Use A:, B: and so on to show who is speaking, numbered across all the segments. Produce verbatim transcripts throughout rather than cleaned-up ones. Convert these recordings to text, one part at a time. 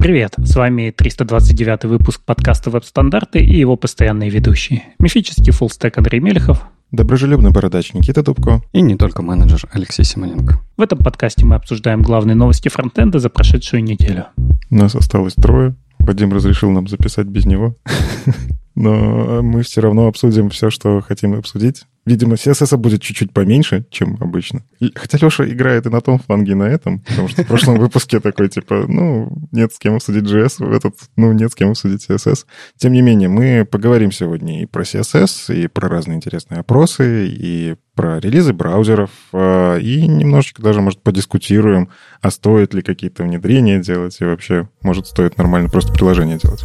A: Привет, с вами триста двадцать девятый выпуск подкаста «Веб-стандарты» и его постоянные ведущие. Мифический фуллстек Андрей Мелехов.
B: Доброжелюбный бородач Никита Дубко.
C: И не только менеджер Алексей Симоненко.
A: В этом подкасте мы обсуждаем главные новости фронтенда за прошедшую неделю.
B: Нас осталось трое. Вадим разрешил нам записать без него. Но мы все равно обсудим все, что хотим обсудить. Видимо, си эс эс будет чуть-чуть поменьше, чем обычно. Хотя Леша играет и на том фланге, и на этом, потому что в прошлом выпуске такой, типа, ну, нет с кем обсудить джей эс, в этот, ну, нет с кем обсудить си эс эс. Тем не менее, мы поговорим сегодня и про си эс эс, и про разные интересные опросы, и про релизы браузеров, и немножечко даже, может, подискутируем, а стоит ли какие-то внедрения делать, и вообще, может, стоит нормально просто приложение делать.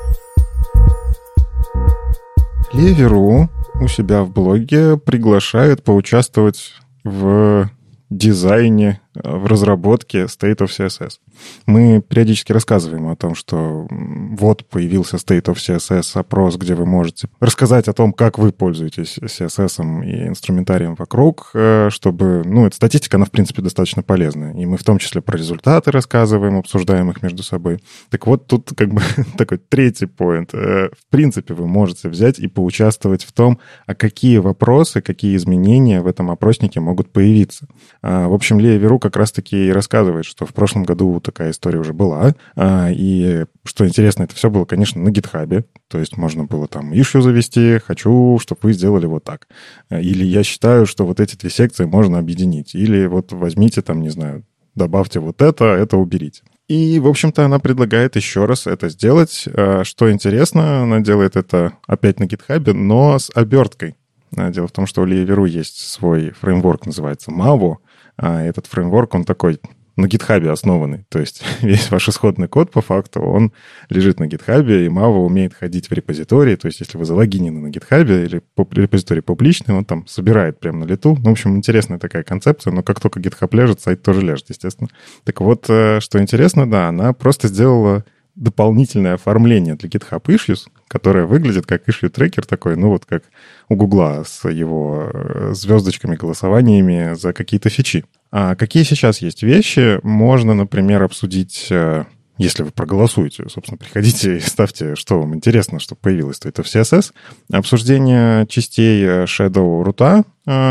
B: Леверу у себя в блоге приглашает поучаствовать в дизайне, в разработке State of си эс эс. Мы периодически рассказываем о том, что вот появился State of си эс эс опрос, где вы можете рассказать о том, как вы пользуетесь си эс эс и инструментарием вокруг, чтобы... Ну, эта статистика, она, в принципе, достаточно полезная. И мы в том числе про результаты рассказываем, обсуждаем их между собой. Так вот, тут как бы такой третий поинт. В принципе, вы можете взять и поучаствовать в том, а какие вопросы, какие изменения в этом опроснике могут появиться. В общем, Лея Веру как раз-таки и рассказывает, что в прошлом году такая история уже была. И что интересно, это все было, конечно, на гитхабе. То есть можно было там issue завести, хочу, чтобы вы сделали вот так. Или я считаю, что вот эти две секции можно объединить. Или вот возьмите там, не знаю, добавьте вот это, это уберите. И, в общем-то, она предлагает еще раз это сделать. Что интересно, она делает это опять на гитхабе, но с оберткой. Дело в том, что у Леи Веру есть свой фреймворк, называется Mavo. А этот фреймворк, он такой на гитхабе основанный. То есть весь ваш исходный код, по факту, он лежит на гитхабе, и Mavo умеет ходить в репозитории. То есть если вы залогинены на гитхабе или репозиторий публичный, он там собирает прямо на лету. Ну, в общем, интересная такая концепция, но как только гитхаб ляжет, сайт тоже ляжет, естественно. Так вот, что интересно, да, она просто сделала дополнительное оформление для GitHub Issues, которое выглядит как issue tracker такой, ну вот как у Гугла с его звездочками, голосованиями за какие-то фичи. А какие сейчас есть вещи? Можно, например, обсудить, если вы проголосуете, собственно, приходите и ставьте, что вам интересно, чтобы появилось, то это в си эс эс. Обсуждение частей Shadow Root,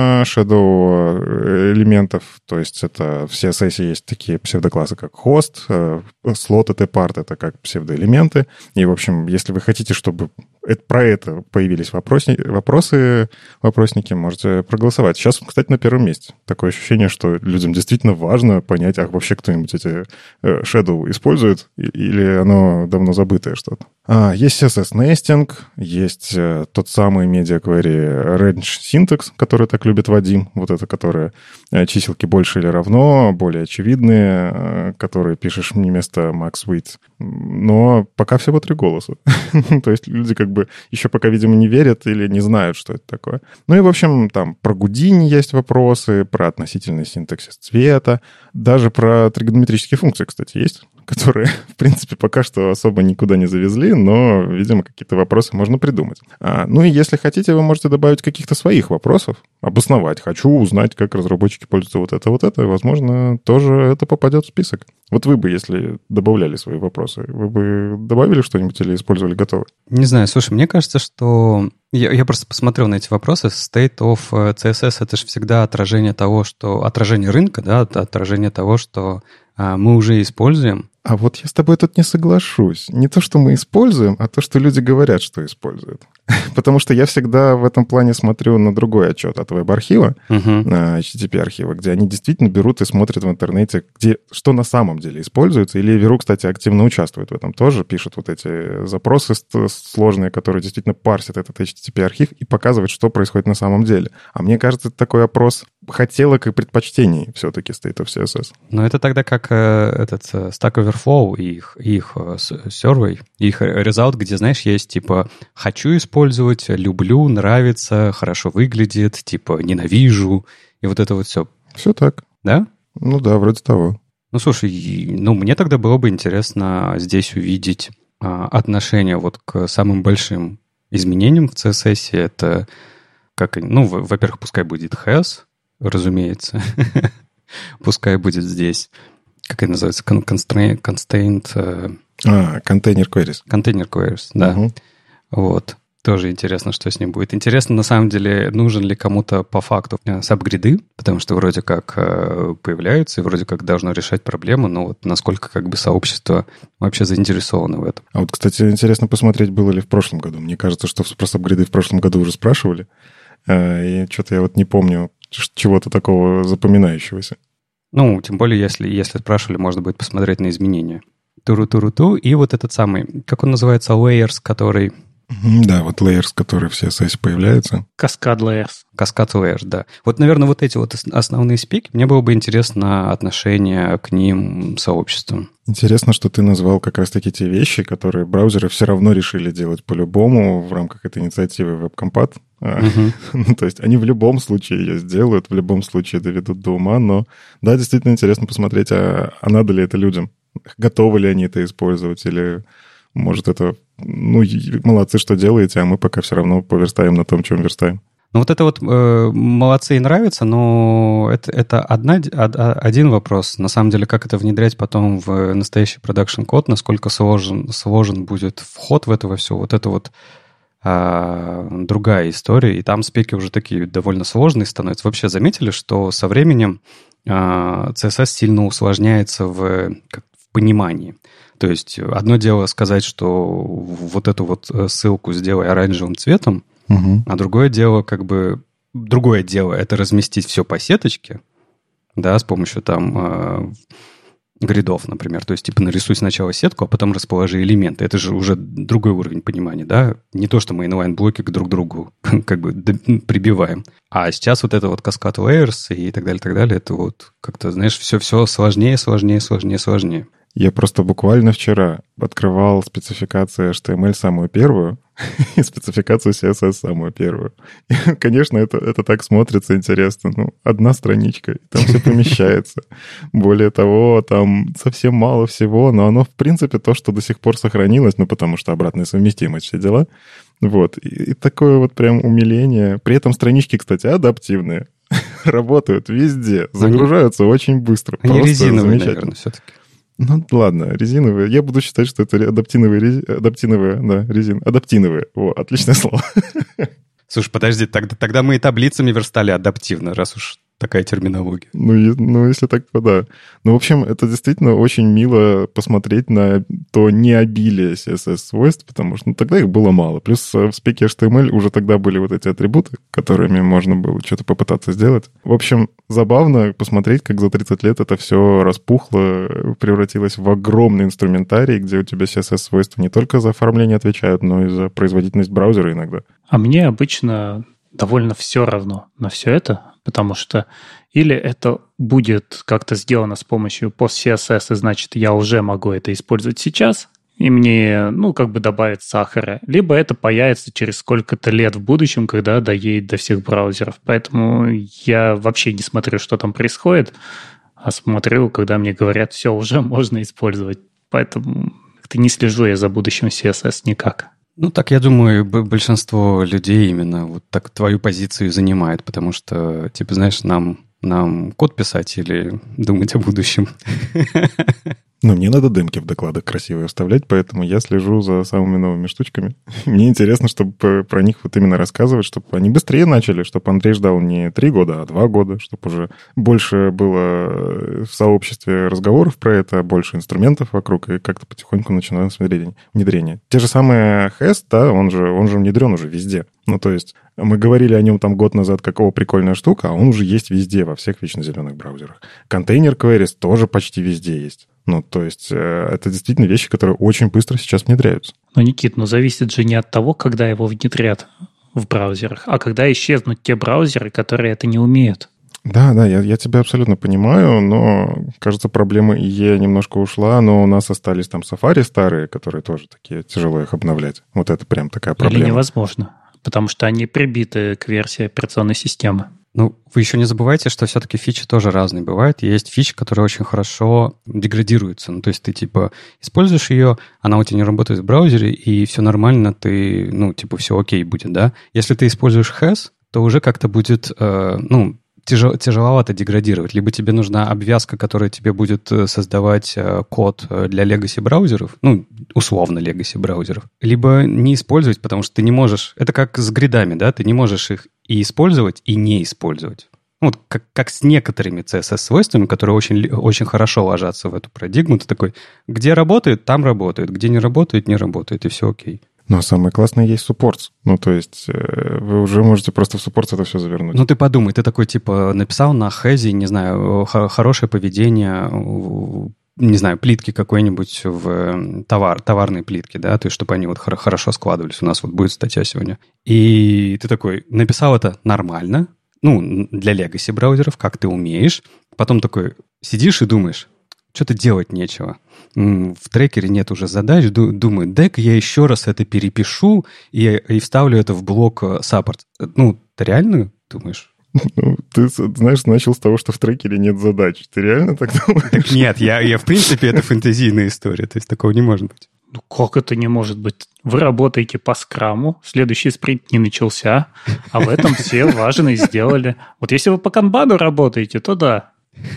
B: Shadow элементов, то есть это в си эс эс есть такие псевдоклассы, как host, slot и part — это как псевдоэлементы. И, в общем, если вы хотите, чтобы это, про это появились вопроси, вопросы, вопросники, можете проголосовать. Сейчас, кстати, на первом месте. Такое ощущение, что людям действительно важно понять, а вообще кто-нибудь эти Shadow использует, или оно давно забытое что-то. А, есть си эс эс-nesting, есть э, тот самый media query range syntax, который так любит Вадим, вот это, которое э, чиселки больше или равно, более очевидные, э, которые пишешь вместо max width. Но пока всего три голоса. То есть люди как бы еще пока, видимо, не верят или не знают, что это такое. Ну и, в общем, там про Houdini есть вопросы, про относительный синтаксис цвета, даже про тригонометрические функции, кстати, есть, которые, в принципе, пока что особо никуда не завезли, но, видимо, какие-то вопросы можно придумать. А, ну и если хотите, вы можете добавить каких-то своих вопросов, обосновать. Хочу узнать, как разработчики пользуются вот это, вот это, и, возможно, тоже это попадет в список. Вот вы бы, если добавляли свои вопросы, вы бы добавили что-нибудь или использовали готовое?
C: Не знаю, слушай, мне кажется, что... Я, я просто посмотрел на эти вопросы. State of си эс эс — это же всегда отражение того, что... Отражение рынка, да, отражение того, что а, мы уже используем.
B: А вот я с тобой тут не соглашусь. Не то, что мы используем, а то, что люди говорят, что используют. Потому что я всегда в этом плане смотрю на другой отчет от веб-архива, uh-huh. эйч ти ти пи-архива, где они действительно берут и смотрят в интернете, где, что на самом деле используется. Или Веру, кстати, активно участвует в этом тоже, пишет вот эти запросы сложные, которые действительно парсят этот эйч ти ти пи-архив и показывают, что происходит на самом деле. А мне кажется, это такой опрос хотелок и предпочтений все-таки State of си эс эс.
C: Но это тогда как э, этот Stack Overflow и их, их survey, их result, где, знаешь, есть типа «хочу использовать», «люблю», «нравится», «хорошо выглядит», типа «ненавижу», и вот это вот все.
B: Все так.
C: Да?
B: Ну да, вроде того.
C: Ну, слушай, ну, мне тогда было бы интересно здесь увидеть а, отношение вот к самым большим изменениям в си эс эс. Это как, ну, во-первых, пускай будет has, разумеется. Пускай будет здесь, как это называется, constraint, constraint
B: А, контейнер queries.
C: Контейнер queries, да. Угу. Вот. Тоже интересно, что с ним будет. Интересно, на самом деле, нужен ли кому-то по факту сабгриды, потому что вроде как появляются и вроде как должно решать проблему, но вот насколько как бы сообщество вообще заинтересовано в этом.
B: А вот, кстати, интересно посмотреть, было ли в прошлом году. Мне кажется, что про сабгриды в прошлом году уже спрашивали, и что-то я вот не помню чего-то такого запоминающегося.
C: Ну, тем более, если, если спрашивали, можно будет посмотреть на изменения. Туру-туру-ту, и вот этот самый, как он называется, layers, который...
B: Да, вот layers, которые в си эс эс появляются.
A: Cascade layers.
C: Cascade layers, да. Вот, наверное, вот эти вот основные спеки, мне было бы интересно отношение к ним сообществом.
B: Интересно, что ты назвал как раз-таки те вещи, которые браузеры все равно решили делать по-любому в рамках этой инициативы WebCompat. Uh-huh. Ну, то есть они в любом случае ее сделают, в любом случае доведут до ума, но да, действительно интересно посмотреть, а, а надо ли это людям? Готовы ли они это использовать или... Может, это, ну, молодцы, что делаете, а мы пока все равно поверстаем на том, чем верстаем.
C: Ну, вот это вот э, молодцы и нравится, но это, это одна, од, один вопрос. На самом деле, как это внедрять потом в настоящий продакшн-код, насколько сложен, сложен будет вход в это во все, вот это вот э, другая история. И там спеки уже такие довольно сложные становятся. Вообще заметили, что со временем э, си эс эс сильно усложняется в, как, в понимании. То есть одно дело сказать, что вот эту вот ссылку сделай оранжевым цветом, угу. а другое дело как бы... Другое дело — это разместить все по сеточке, да, с помощью там э, гридов, например. То есть типа нарисуй сначала сетку, а потом расположи элементы. Это же уже другой уровень понимания, да? Не то, что мы инлайн-блоки к друг другу как бы прибиваем. А сейчас вот это вот Cascade Layers и так далее, так далее, это вот как-то, знаешь, все-все сложнее, сложнее, сложнее, сложнее.
B: Я просто буквально вчера открывал спецификацию эйч ти эм эль самую первую и спецификацию си эс эс самую первую. И, конечно, это, это так смотрится интересно. Ну, одна страничка, и там все помещается. Более того, там совсем мало всего, но оно, в принципе, то, что до сих пор сохранилось, ну, потому что обратная совместимость, все дела. Вот. И, и такое вот прям умиление. При этом странички, кстати, адаптивные. Работают везде, загружаются они, очень быстро.
C: Они резиновые, наверное, все-таки.
B: Ну, ладно, резиновые. Я буду считать, что это адаптиновые, рези... адаптиновые, да, резин... адаптиновые. О, отличное слово.
C: Слушай, подожди, тогда, тогда мы и таблицами верстали адаптивно, раз уж такая терминология.
B: Ну, и, ну, если так, то да. Ну, в общем, это действительно очень мило посмотреть на то необилие си эс эс-свойств, потому что ну, тогда их было мало. Плюс в спеке эйч ти эм эль уже тогда были вот эти атрибуты, которыми можно было что-то попытаться сделать. В общем, забавно посмотреть, как за тридцать лет это все распухло, превратилось в огромный инструментарий, где у тебя си эс эс-свойства не только за оформление отвечают, но и за производительность браузера иногда.
A: А мне обычно довольно все равно на все это, потому что или это будет как-то сделано с помощью пост-си эс эс, и значит, я уже могу это использовать сейчас, и мне, ну, как бы добавить сахара, либо это появится через сколько-то лет в будущем, когда доедет до всех браузеров. Поэтому я вообще не смотрю, что там происходит, а смотрю, когда мне говорят, все, уже можно использовать. Поэтому как-то не слежу я за будущим си эс эс никак.
C: Ну, так, я думаю, большинство людей именно вот так твою позицию занимает, потому что, типа, знаешь, нам, нам код писать или думать о будущем.
B: Ну, мне надо демки в докладах красивые вставлять, поэтому я слежу за самыми новыми штучками. Мне интересно, чтобы про них вот именно рассказывать, чтобы они быстрее начали, чтобы Андрей ждал не три года, а два года, чтобы уже больше было в сообществе разговоров про это, больше инструментов вокруг, и как-то потихоньку начиналось внедрение. Те же самые хэс, да, он же, он же внедрен уже везде. Ну, то есть мы говорили о нем там год назад, какого прикольная штука, а он уже есть везде, во всех вечно зеленых браузерах. Контейнер queries тоже почти везде есть. Ну, то есть это действительно вещи, которые очень быстро сейчас внедряются.
A: Но, Никит, ну зависит же не от того, когда его внедрят в браузерах, а когда исчезнут те браузеры, которые это не умеют.
B: Да, да, я, я тебя абсолютно понимаю, но, кажется, проблема и и немножко ушла, но у нас остались там Safari старые, которые тоже такие, тяжело их обновлять. Вот это прям такая проблема.
A: Или невозможно, потому что они прибиты к версии операционной системы.
C: Ну, вы еще не забывайте, что все-таки фичи тоже разные бывают. Есть фичи, которые очень хорошо деградируются. Ну, то есть ты, типа, используешь ее, она у тебя не работает в браузере, и все нормально, ты, ну, типа, все окей будет, да? Если ты используешь хэс, то уже как-то будет, э, ну, тяжел, тяжеловато деградировать. Либо тебе нужна обвязка, которая тебе будет создавать код для legacy браузеров, ну, условно legacy браузеров, либо не использовать, потому что ты не можешь... Это как с гридами, да? Ты не можешь их и использовать, и не использовать. Вот как, как с некоторыми си эс эс-свойствами, которые очень, очень хорошо ложатся в эту парадигму. Ты такой, где работает, там работает, где не работает, не работает, и все окей.
B: Но самое классное есть суппорт. Ну, то есть э, вы уже можете просто в суппорт это все завернуть.
C: Ну, ты подумай, ты такой, типа, написал на хэзе, не знаю, х- хорошее поведение, не знаю, плитки какой-нибудь в товар, товарные плитки, да, то есть чтобы они вот хор- хорошо складывались. У нас вот будет статья сегодня. И ты такой, написал это нормально, ну, для legacy браузеров, как ты умеешь. Потом такой сидишь и думаешь, что-то делать нечего. В трекере нет уже задач. Думаю, дай-ка я еще раз это перепишу и, и вставлю это в блок support. Ну, ты реально думаешь?
B: Ну, ты, знаешь, начал с того, что в трекере нет задач. Ты реально так думаешь?
C: Так нет, я, я в принципе, это фэнтезийная история. То есть такого не может быть.
A: Ну, как это не может быть? Вы работаете по скраму, следующий спринт не начался, а в этом все важные сделали. Вот если вы по канбану работаете, то да.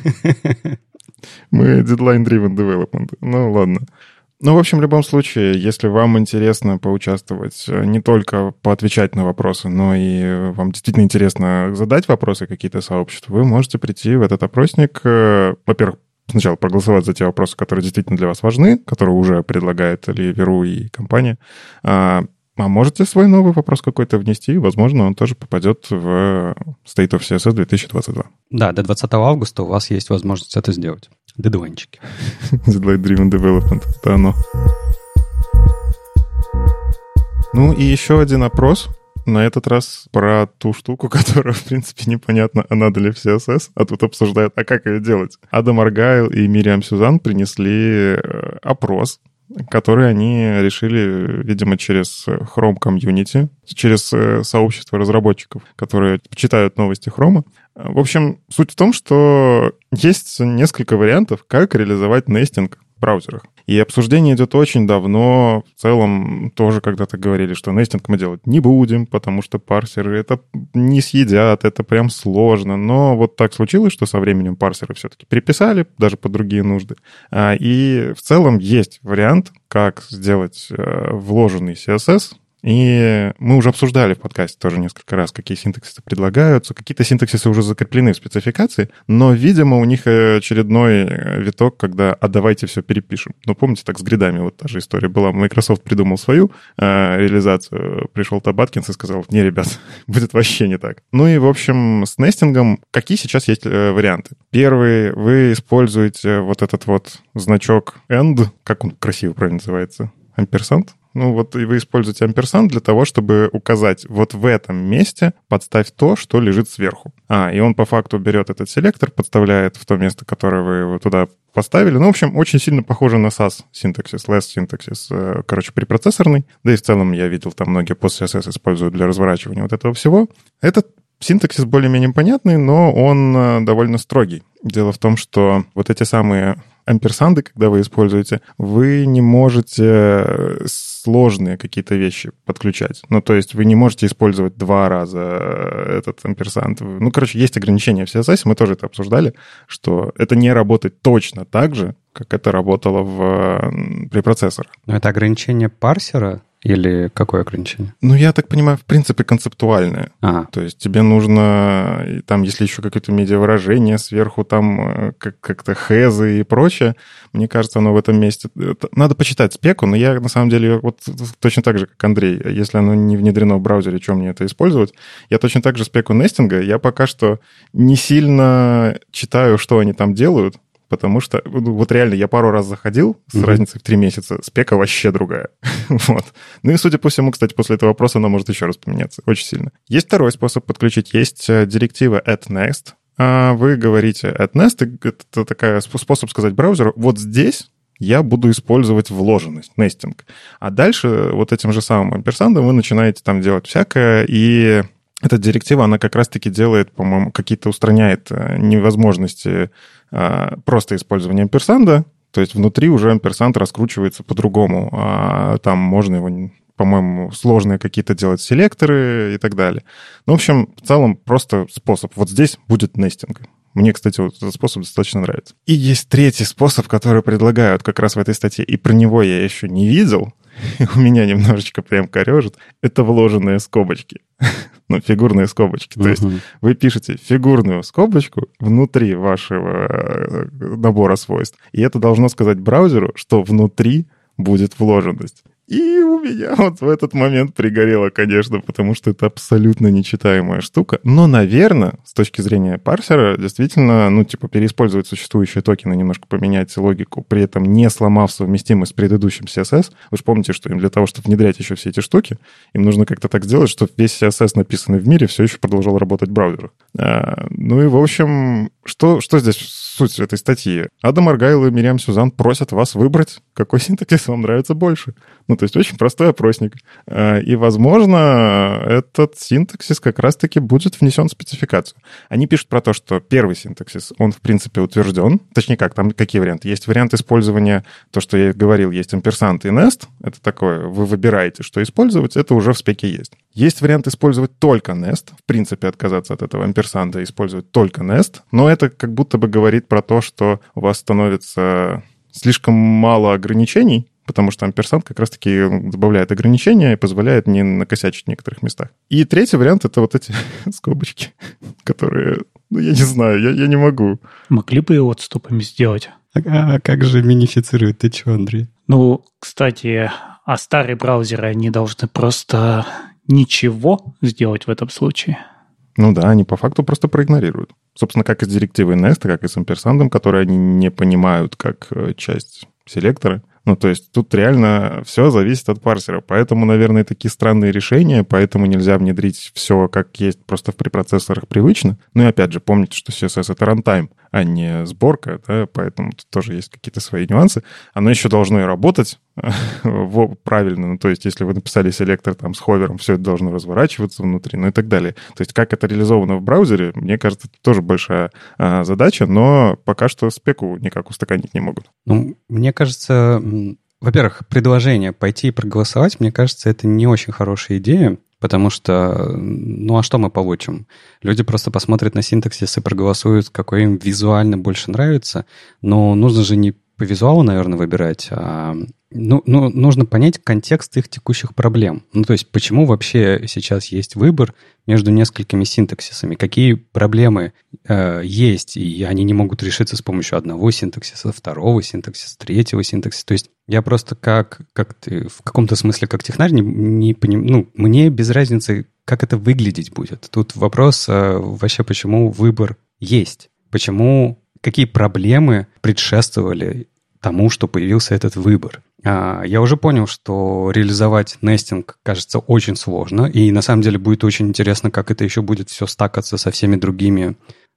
B: Мы deadline-driven development. Ну, ладно. Ну, в общем, в любом случае, если вам интересно поучаствовать, не только поотвечать на вопросы, но и вам действительно интересно задать вопросы какие-то сообществу, вы можете прийти в этот опросник. Во-первых, сначала проголосовать за те вопросы, которые действительно для вас важны, которые уже предлагает Liveru и компания. А, а можете свой новый вопрос какой-то внести, возможно, он тоже попадет в State of си эс эс две тысячи двадцать два.
C: Да, до двадцатого августа у вас есть возможность это сделать. Дедлайнчики.
B: Deadline-driven development. Это оно. Ну и еще один опрос. На этот раз про ту штуку, которая, в принципе, непонятно, а надо ли в си эс эс, а тут обсуждают, а как ее делать. Адам Аргайл и Мириам Сюзан принесли опрос, который они решили, видимо, через Chrome Community, через сообщество разработчиков, которые читают новости Chrome. В общем, суть в том, что есть несколько вариантов, как реализовать нестинг в браузерах. И обсуждение идет очень давно. В целом тоже когда-то говорили, что нестинг мы делать не будем, потому что парсеры это не съедят, это прям сложно. Но вот так случилось, что со временем парсеры все-таки переписали, даже под другие нужды. И в целом есть вариант, как сделать вложенный си эс эс. И мы уже обсуждали в подкасте тоже несколько раз, какие синтаксисы предлагаются. Какие-то синтаксисы уже закреплены в спецификации, но, видимо, у них очередной виток, когда «а давайте все перепишем». Ну, помните, так с гридами вот та же история была. Microsoft придумал свою э, реализацию. Пришел Табаткинс и сказал: не, ребят, будет вообще не так. Ну и, в общем, с нестингом какие сейчас есть э, варианты? Первый, вы используете вот этот вот значок end, как он красиво правильно называется? Амперсант? Ну вот и вы используете амперсант для того, чтобы указать вот в этом месте подставь то, что лежит сверху. А, и он по факту берет этот селектор, подставляет в то место, которое вы его туда поставили. Ну, в общем, очень сильно похоже на сас синтаксис, less синтаксис, короче, препроцессорный. Да и в целом я видел, там многие пост-си эс эс используют для разворачивания вот этого всего. Этот синтаксис более-менее понятный, но он довольно строгий. Дело в том, что вот эти самые амперсанды, когда вы используете, вы не можете сложные какие-то вещи подключать. Ну, то есть вы не можете использовать два раза этот амперсанд. Ну, короче, есть ограничения в си эс эс, мы тоже это обсуждали, что это не работает точно так же, как это работало в препроцессорах.
C: Но это ограничение парсера? Или какое ограничение?
B: Ну, я так понимаю, в принципе, концептуальное.
C: Ага.
B: То есть тебе нужно, там, если еще какое-то медиавыражение сверху, там как- как-то хэзы и прочее, мне кажется, оно в этом месте... Надо почитать спеку, но я, на самом деле, вот точно так же, как Андрей, если оно не внедрено в браузере, что мне это использовать, я точно так же спеку нестинга, я пока что не сильно читаю, что они там делают, потому что вот реально я пару раз заходил с mm-hmm. разницей в три месяца, спека вообще другая. Вот. Ну и, судя по всему, кстати, после этого вопроса она может еще раз поменяться очень сильно. Есть второй способ подключить. Есть директива add next. Вы говорите add next, это такой способ сказать браузеру, вот здесь я буду использовать вложенность, нестинг. А дальше вот этим же самым амперсандом вы начинаете там делать всякое, и эта директива, она как раз-таки делает, по-моему, какие-то устраняет невозможности просто использования амперсанда, то есть внутри уже амперсанд раскручивается по-другому, а там можно его по-моему, сложные какие-то делать селекторы и так далее. Ну, в общем, в целом просто способ. Вот здесь будет нестинг. Мне, кстати, вот этот способ достаточно нравится. И есть третий способ, который предлагают как раз в этой статье, и про него я еще не видел, и у меня немножечко прям корежит. Это вложенные скобочки. Ну, фигурные скобочки. То есть вы пишете фигурную скобочку внутри вашего набора свойств, и это должно сказать браузеру, что внутри будет вложенность. И у меня вот в этот момент пригорело, конечно, потому что это абсолютно нечитаемая штука. Но, наверное, с точки зрения парсера, действительно, ну, типа, переиспользовать существующие токены, немножко поменять логику, при этом не сломав совместимость с предыдущим си эс эс. Вы же помните, что им для того, чтобы внедрять еще все эти штуки, им нужно как-то так сделать, чтобы весь си эс эс, написанный в мире, все еще продолжал работать в браузерах. А, ну и, в общем, что, что здесь суть этой статьи? Адам Аргайл и Мириам Сюзан просят вас выбрать, какой синтаксис вам нравится больше. Ну, то есть очень простой опросник. И, возможно, этот синтаксис как раз-таки будет внесен в спецификацию. Они пишут про то, что первый синтаксис, он, в принципе, утвержден. Точнее, как, там какие варианты? Есть вариант использования, то, что я говорил, есть ampersand и nest. Это такое, вы выбираете, что использовать, это уже в спеке есть. Есть вариант использовать только nest, в принципе, отказаться от этого ampersand и использовать только nest, но это как будто бы говорит про то, что у вас становится слишком мало ограничений, потому что ampersand как раз-таки добавляет ограничения и позволяет не накосячить в некоторых местах. И третий вариант — это вот эти скобочки, которые, ну, я не знаю, я, я не могу.
A: Могли бы и отступами сделать.
C: А, а как же минифицируют? Ты что, Андрей?
A: Ну, кстати, а старые браузеры, они должны просто ничего сделать в этом случае.
B: Ну да, они по факту просто проигнорируют. Собственно, как и с директивой nest, как и с ampersand, которые они не понимают как часть селектора. Ну, то есть тут реально все зависит от парсера. Поэтому, наверное, такие странные решения, поэтому нельзя внедрить все как есть просто в препроцессорах привычно. Ну и опять же, помните, что си эс эс — это рантайм, а не сборка, да, поэтому тут тоже есть какие-то свои нюансы. Оно еще должно и работать правильно. Ну, то есть если вы написали селектор там с ховером, все это должно разворачиваться внутри, ну и так далее. То есть как это реализовано в браузере, мне кажется, это тоже большая а, задача, но пока что спеку никак устаканить не могут.
C: Ну, мне кажется, во-первых, предложение пойти и проголосовать, мне кажется, это не очень хорошая идея, потому что, ну а что мы получим? Люди просто посмотрят на синтаксис и проголосуют, какой им визуально больше нравится, но нужно же не по визуалу, наверное, выбирать, а ну, ну, нужно понять контекст их текущих проблем. Ну, то есть, почему вообще сейчас есть выбор между несколькими синтаксисами? Какие проблемы э, есть, и они не могут решиться с помощью одного синтаксиса, второго синтаксиса, третьего синтаксиса? То есть, я просто как, как ты, в каком-то смысле как технарь не, не понимаю, ну, мне без разницы, как это выглядеть будет. Тут вопрос э, вообще, почему выбор есть? Почему, какие проблемы предшествовали тому, что появился этот выбор? Я уже понял, что реализовать нестинг кажется очень сложно, и на самом деле будет очень интересно, как это еще будет все стакаться со всеми другими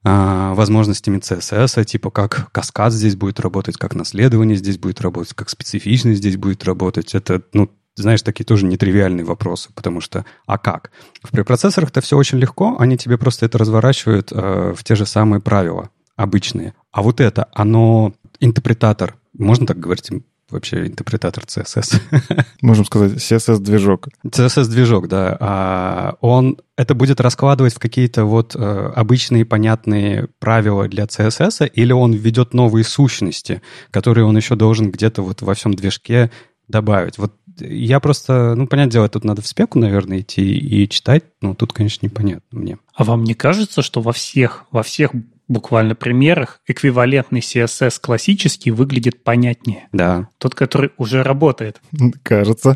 C: а, возможностями си эс эс, типа как каскад здесь будет работать, как наследование здесь будет работать, как специфичность здесь будет работать. Это, ну, знаешь, такие тоже нетривиальные вопросы, потому что, а как? В препроцессорах это все очень легко, они тебе просто это разворачивают э, в те же самые правила обычные. А вот это, оно интерпретатор, можно так говорить, вообще интерпретатор си эс эс.
B: Можем сказать, си эс эс-движок.
C: си эс эс-движок, да. А он это будет раскладывать в какие-то вот э, обычные понятные правила для си эс эс, или он введет новые сущности, которые он еще должен где-то вот во всем движке добавить. Вот я просто, ну, понятное дело, тут надо в спеку, наверное, идти и читать, но тут, конечно, непонятно мне.
A: А вам не кажется, что во всех, во всех буквально примерах эквивалентный си эс эс классический выглядит понятнее?
C: Да.
A: Тот, который уже работает.
B: Кажется.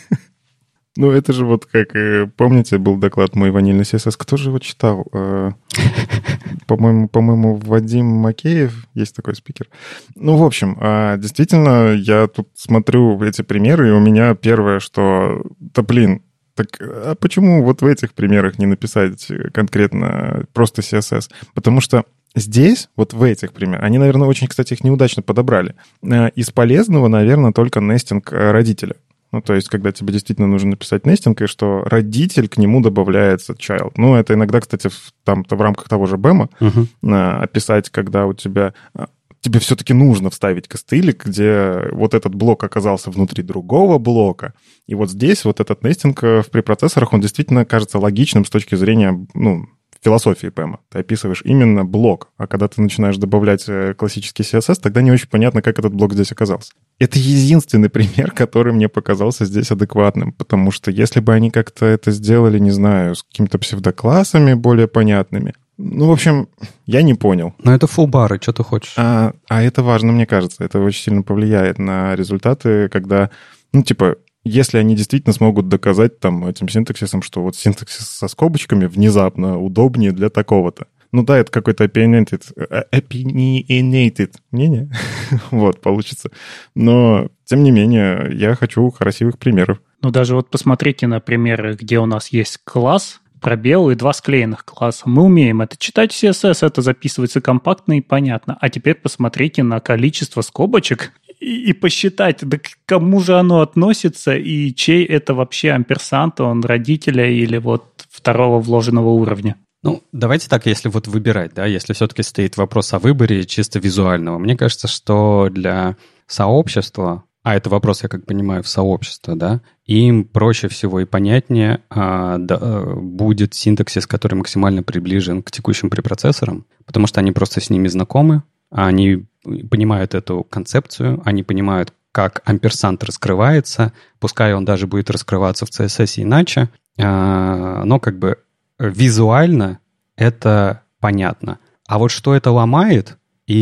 B: Ну, это же вот как, помните, был доклад «Мой ванильный си эс эс». Кто же его читал? По-моему, по-моему, Вадим Макеев, есть такой спикер. Ну, в общем, действительно, я тут смотрю эти примеры, и у меня первое, что, да блин, так а почему вот в этих примерах не написать конкретно просто си эс эс? Потому что здесь, вот в этих примерах, они, наверное, очень, кстати, их неудачно подобрали. Из полезного, наверное, только нестинг родителя. Ну, то есть, когда тебе действительно нужно написать нестинг, и что родитель к нему добавляется child. Ну, это иногда, кстати, в, там, в рамках того же бэма uh-huh. описать, когда у тебя тебе все-таки нужно вставить костылик, где вот этот блок оказался внутри другого блока. И вот здесь вот этот нестинг в препроцессорах, он действительно кажется логичным с точки зрения, ну, философии пи эм. Ты описываешь именно блок, а когда ты начинаешь добавлять классический си эс эс, тогда не очень понятно, как этот блок здесь оказался. Это единственный пример, который мне показался здесь адекватным, потому что если бы они как-то это сделали, не знаю, с какими-то псевдоклассами более понятными, ну, в общем, я не понял.
C: Но это фуллбары, что ты хочешь?
B: А, а это важно, мне кажется. Это очень сильно повлияет на результаты, когда, ну, типа, если они действительно смогут доказать там этим синтаксисом, что вот синтаксис со скобочками внезапно удобнее для такого-то. Ну да, это какой-то opinionated, opinionated мнение, вот, получится. Но, тем не менее, я хочу красивых примеров.
A: Ну даже вот посмотрите на примеры, где у нас есть класс, пробел и два склеенных класса. Мы умеем это читать в си эс эс, это записывается компактно и понятно. А теперь посмотрите на количество скобочек и, и посчитать, да к кому же оно относится и чей это вообще амперсант, он родителя или вот второго вложенного уровня.
C: Ну, давайте так, если вот выбирать, да, если все-таки стоит вопрос о выборе чисто визуального. Мне кажется, что для сообщества, а это вопрос, я как понимаю, в сообщество, да, им проще всего и понятнее а, да, будет синтаксис, который максимально приближен к текущим препроцессорам, потому что они просто с ними знакомы, они понимают эту концепцию, они понимают, как амперсант раскрывается, пускай он даже будет раскрываться в си эс эс иначе, а, но как бы визуально это понятно. А вот что это ломает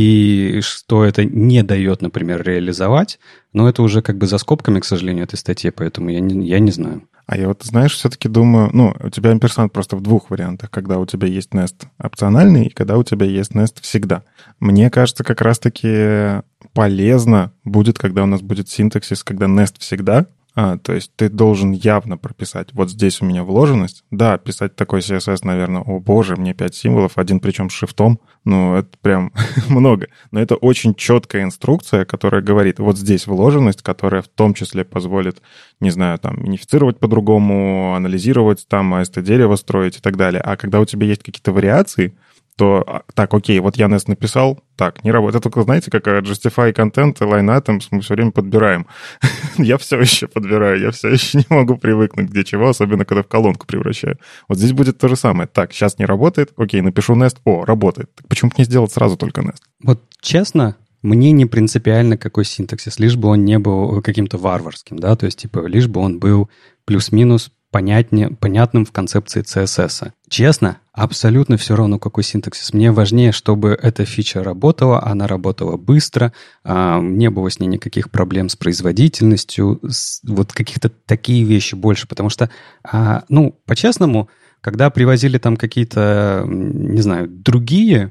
C: и что это не дает, например, реализовать, но это уже как бы за скобками, к сожалению, этой статьи, поэтому я не, я не знаю.
B: А я вот, знаешь, все-таки думаю, ну, у тебя амперсант просто в двух вариантах, когда у тебя есть нест опциональный и когда у тебя есть нест всегда. Мне кажется, как раз-таки полезно будет, когда у нас будет синтаксис, когда нест всегда. А, то есть ты должен явно прописать, вот здесь у меня вложенность. Да, писать такой си эс эс, наверное, о боже, мне пять символов, один причем с шрифтом, ну, это прям много. Но это очень четкая инструкция, которая говорит, вот здесь вложенность, которая в том числе позволит, не знаю, там, унифицировать по-другому, анализировать, там, эй эс ти-дерево строить и так далее. А когда у тебя есть какие-то вариации, то так, окей, вот я нест написал, так, не работает. Это только, знаете, как justify content, line items мы все время подбираем. Я все еще подбираю, я все еще не могу привыкнуть где чего, особенно когда в колонку превращаю. Вот здесь будет то же самое. Так, сейчас не работает, окей, напишу нест, о, работает. Так почему бы не сделать сразу только нест?
C: Вот честно, мне не принципиально какой синтаксис, лишь бы он не был каким-то варварским, да, то есть, типа, лишь бы он был плюс-минус понятнее, понятным в концепции си эс эс. Честно, абсолютно все равно, какой синтаксис. Мне важнее, чтобы эта фича работала, она работала быстро, не было с ней никаких проблем с производительностью, вот каких-то такие вещи больше, потому что, ну, по-честному, когда привозили там какие-то, не знаю, другие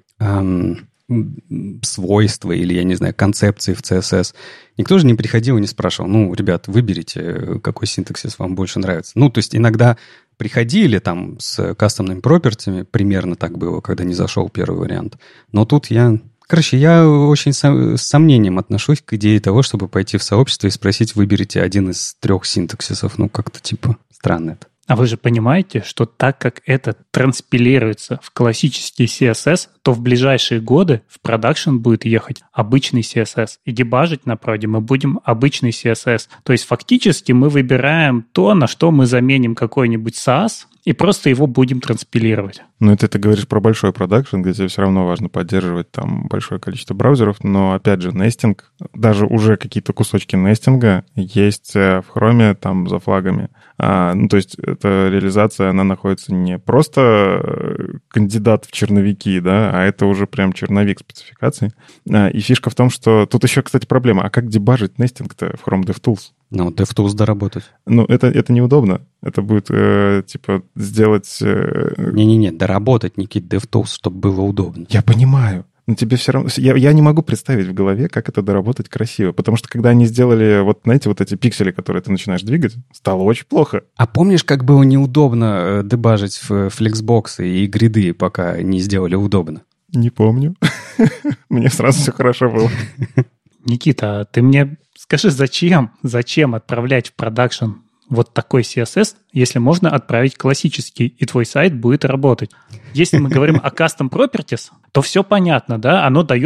C: свойства или, я не знаю, концепции в си эс эс, никто же не приходил и не спрашивал, ну, ребят, выберите, какой синтаксис вам больше нравится. Ну, то есть иногда приходили там с кастомными пропертями, примерно так было, когда не зашел первый вариант. Но тут я... Короче, я очень с сомнением отношусь к идее того, чтобы пойти в сообщество и спросить, выберите один из трех синтаксисов. Ну, как-то типа странно это.
A: А вы же понимаете, что так как это транспилируется в классический си эс эс, то в ближайшие годы в продакшн будет ехать обычный си эс эс. И дебажить на проде мы будем обычный си эс эс. То есть фактически мы выбираем то, на что мы заменим какой-нибудь сас, и просто его будем транспилировать.
B: Ну, это ты говоришь про большой продакшн, где тебе все равно важно поддерживать там большое количество браузеров, но, опять же, нестинг, даже уже какие-то кусочки нестинга есть в Chrome там за флагами. А, ну, то есть эта реализация, она находится не просто кандидат в черновики, да, а это уже прям черновик спецификаций. А, и фишка в том, что тут еще, кстати, проблема. А как дебажить нестинг-то в Chrome DevTools?
C: Ну, DevTools доработать.
B: Ну, это, это неудобно. Это будет, э, типа, сделать... Э...
C: Не-не-не, доработать, Никит, DevTools, чтобы было удобно.
B: Я понимаю. Но тебе все равно... Я, я не могу представить в голове, как это доработать красиво. Потому что когда они сделали, вот, знаете, вот эти пиксели, которые ты начинаешь двигать, стало очень плохо.
C: А помнишь, как было неудобно дебажить в Flexbox и гриды, пока не сделали удобно?
B: Не помню. Мне сразу все хорошо было.
A: Никита, ты мне скажи, зачем, зачем отправлять в продакшн вот такой си эс эс, если можно отправить классический, и твой сайт будет работать? Если мы говорим о custom properties, то все понятно, да, оно дает нам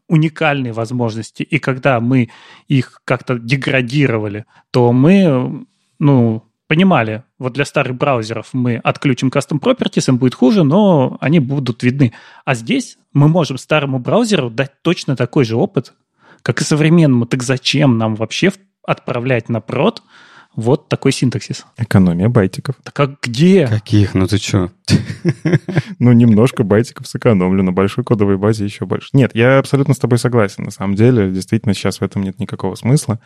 A: уникальные возможности, и когда мы их как-то деградировали, то мы, ну, понимали, вот для старых браузеров мы отключим custom properties, им будет хуже, но они будут видны. А здесь мы можем старому браузеру дать точно такой же опыт, как и современному. Так зачем нам вообще отправлять на прод вот такой синтаксис?
B: Экономия байтиков.
A: Так а где?
C: Каких? Ну ты что?
B: Ну, немножко байтиков сэкономлю, на большой кодовой базе еще больше. Нет, я абсолютно с тобой согласен. На самом деле, действительно, сейчас в этом нет никакого смысла.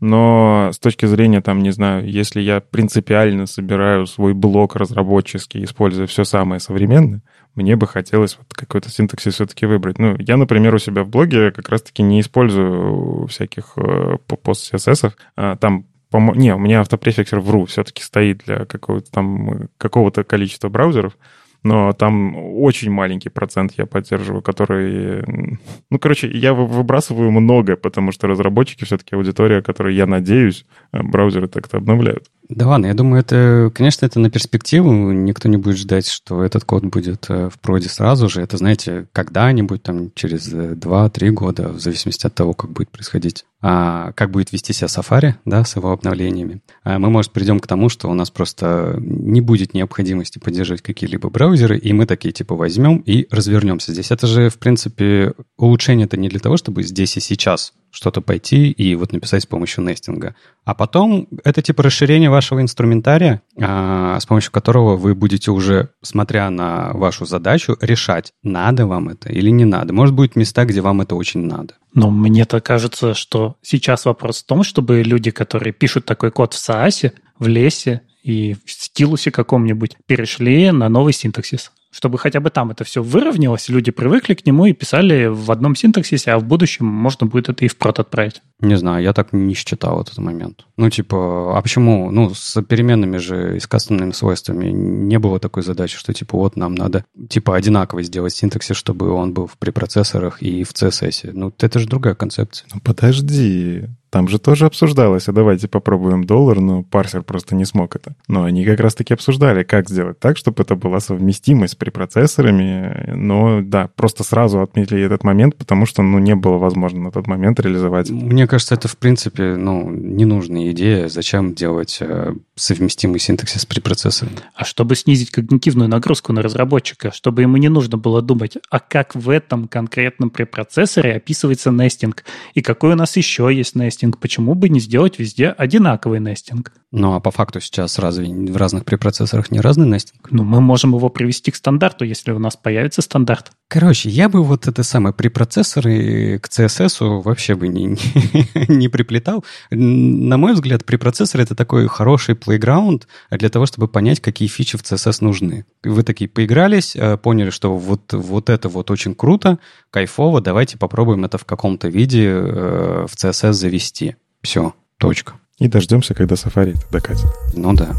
B: Но с точки зрения, там, не знаю, если я принципиально собираю свой блок разработческий, используя все самое современное, мне бы хотелось вот какой-то синтаксис все-таки выбрать. Ну, я, например, у себя в блоге как раз-таки не использую всяких пост-си эс эс. Там По не, у меня автопрефиксер в ру все-таки стоит для какого-то там какого-то количества браузеров, но там очень маленький процент я поддерживаю, который... Ну, короче, я выбрасываю много, потому что разработчики все-таки аудитория, которой, я надеюсь, браузеры так-то обновляют.
C: Да ладно, я думаю, это, конечно, это на перспективу. Никто не будет ждать, что этот код будет в проде сразу же. Это, знаете, когда-нибудь, там, через два-три года, в зависимости от того, как будет происходить. А как будет вести себя Safari, да, с его обновлениями. А мы, может, придем к тому, что у нас просто не будет необходимости поддерживать какие-либо браузеры, и мы такие, типа, возьмем и развернемся здесь. Это же, в принципе, улучшение-то не для того, чтобы здесь и сейчас что-то пойти и вот написать с помощью нестинга. А потом это типа расширение вашего инструментария, а, с помощью которого вы будете уже, смотря на вашу задачу, решать, надо вам это или не надо. Может, будет места, где вам это очень надо.
A: Но мне-то кажется, что сейчас вопрос в том, чтобы люди, которые пишут такой код в саасе, в лесе и в стилусе каком-нибудь, перешли на новый синтаксис. Чтобы хотя бы там это все выровнялось, люди привыкли к нему и писали в одном синтаксисе, а в будущем можно будет это и в прод отправить.
C: Не знаю, я так не считал этот момент. Ну, типа, а почему? Ну, с переменными же и с кастомными свойствами не было такой задачи, что, типа, вот нам надо, типа, одинаково сделать синтаксис, чтобы он был в препроцессорах и в си эс эс. Ну, это же другая концепция.
B: Ну, подожди. Там же тоже обсуждалось, а давайте попробуем доллар, но парсер просто не смог это. Но они как раз-таки обсуждали, как сделать так, чтобы это была совместимость с препроцессорами. Но да, просто сразу отметили этот момент, потому что ну, не было возможно на тот момент реализовать.
C: Мне кажется, это в принципе ну, ненужная идея. Зачем делать э, совместимый синтаксис с препроцессорами?
A: А чтобы снизить когнитивную нагрузку на разработчика, чтобы ему не нужно было думать, а как в этом конкретном препроцессоре описывается нестинг, и какой у нас еще есть нестинг. Почему бы не сделать везде одинаковый нестинг?
C: Ну, а по факту сейчас разве в разных препроцессорах не разный нестинг?
A: Ну, мы можем его привести к стандарту, если у нас появится стандарт.
C: Короче, я бы вот это самое препроцессоры к си эс эс вообще бы не, не, не приплетал. На мой взгляд, препроцессор — это такой хороший плейграунд для того, чтобы понять, какие фичи в си эс эс нужны. Вы такие поигрались, поняли, что вот, вот это вот очень круто, кайфово, давайте попробуем это в каком-то виде в си эс эс завести. Все, точка.
B: И дождемся, когда Safari это докатит.
C: Ну да.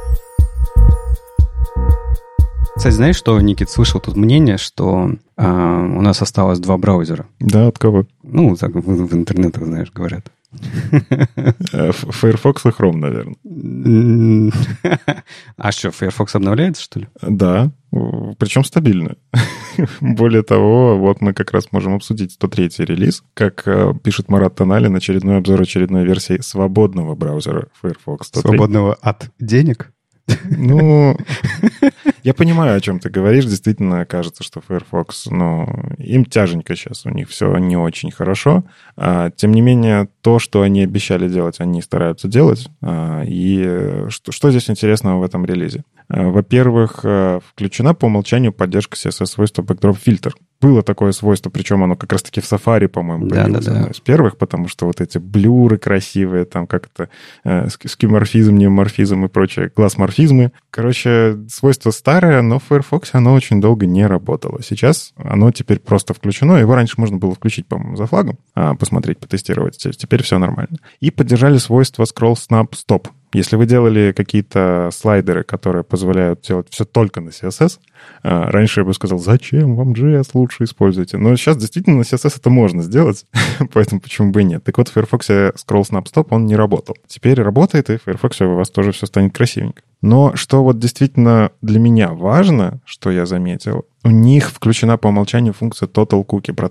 C: Кстати, знаешь, что, Никит, слышал тут мнение, что э, у нас осталось два браузера.
B: Да, от кого?
C: Ну, так в, в интернетах, знаешь, говорят.
B: Firefox и Chrome, наверное.
C: А что, Firefox обновляется, что ли?
B: Да, причем стабильно. Более того, вот мы как раз можем обсудить сто третий релиз, как пишет Марат Тоналин, очередной обзор очередной версии свободного браузера Firefox сто три.
C: Свободного от денег?
B: Ну, я понимаю, о чем ты говоришь. Действительно, кажется, что Firefox, ну, им тяженько сейчас, у них все не очень хорошо. А, тем не менее, то, что они обещали делать, они стараются делать. А, и что, что здесь интересного в этом релизе? А, во-первых, включена по умолчанию поддержка си эс эс-свойства Backdrop Filter. Было такое свойство, причем оно как раз-таки в Safari, по-моему, появилось да, да, да. из первых, потому что вот эти блюры красивые, там как-то э, скиморфизм, неоморфизм и прочее, глазморфизмы. Короче, свойство старое, но в Firefox оно очень долго не работало. Сейчас оно теперь просто включено. Его раньше можно было включить, по-моему, за флагом, а, посмотреть, потестировать. Теперь все нормально. И поддержали свойство Scroll Snap Stop. Если вы делали какие-то слайдеры, которые позволяют делать все только на си эс эс, раньше я бы сказал, зачем вам джей эс лучше используйте. Но сейчас действительно на си эс эс это можно сделать, поэтому почему бы и нет. Так вот, в Firefox Scroll Snap Stop он не работал. Теперь работает, и в Firefox у вас тоже все станет красивенько. Но что вот действительно для меня важно, что я заметил, у них включена по умолчанию функция Total Cookie Protection.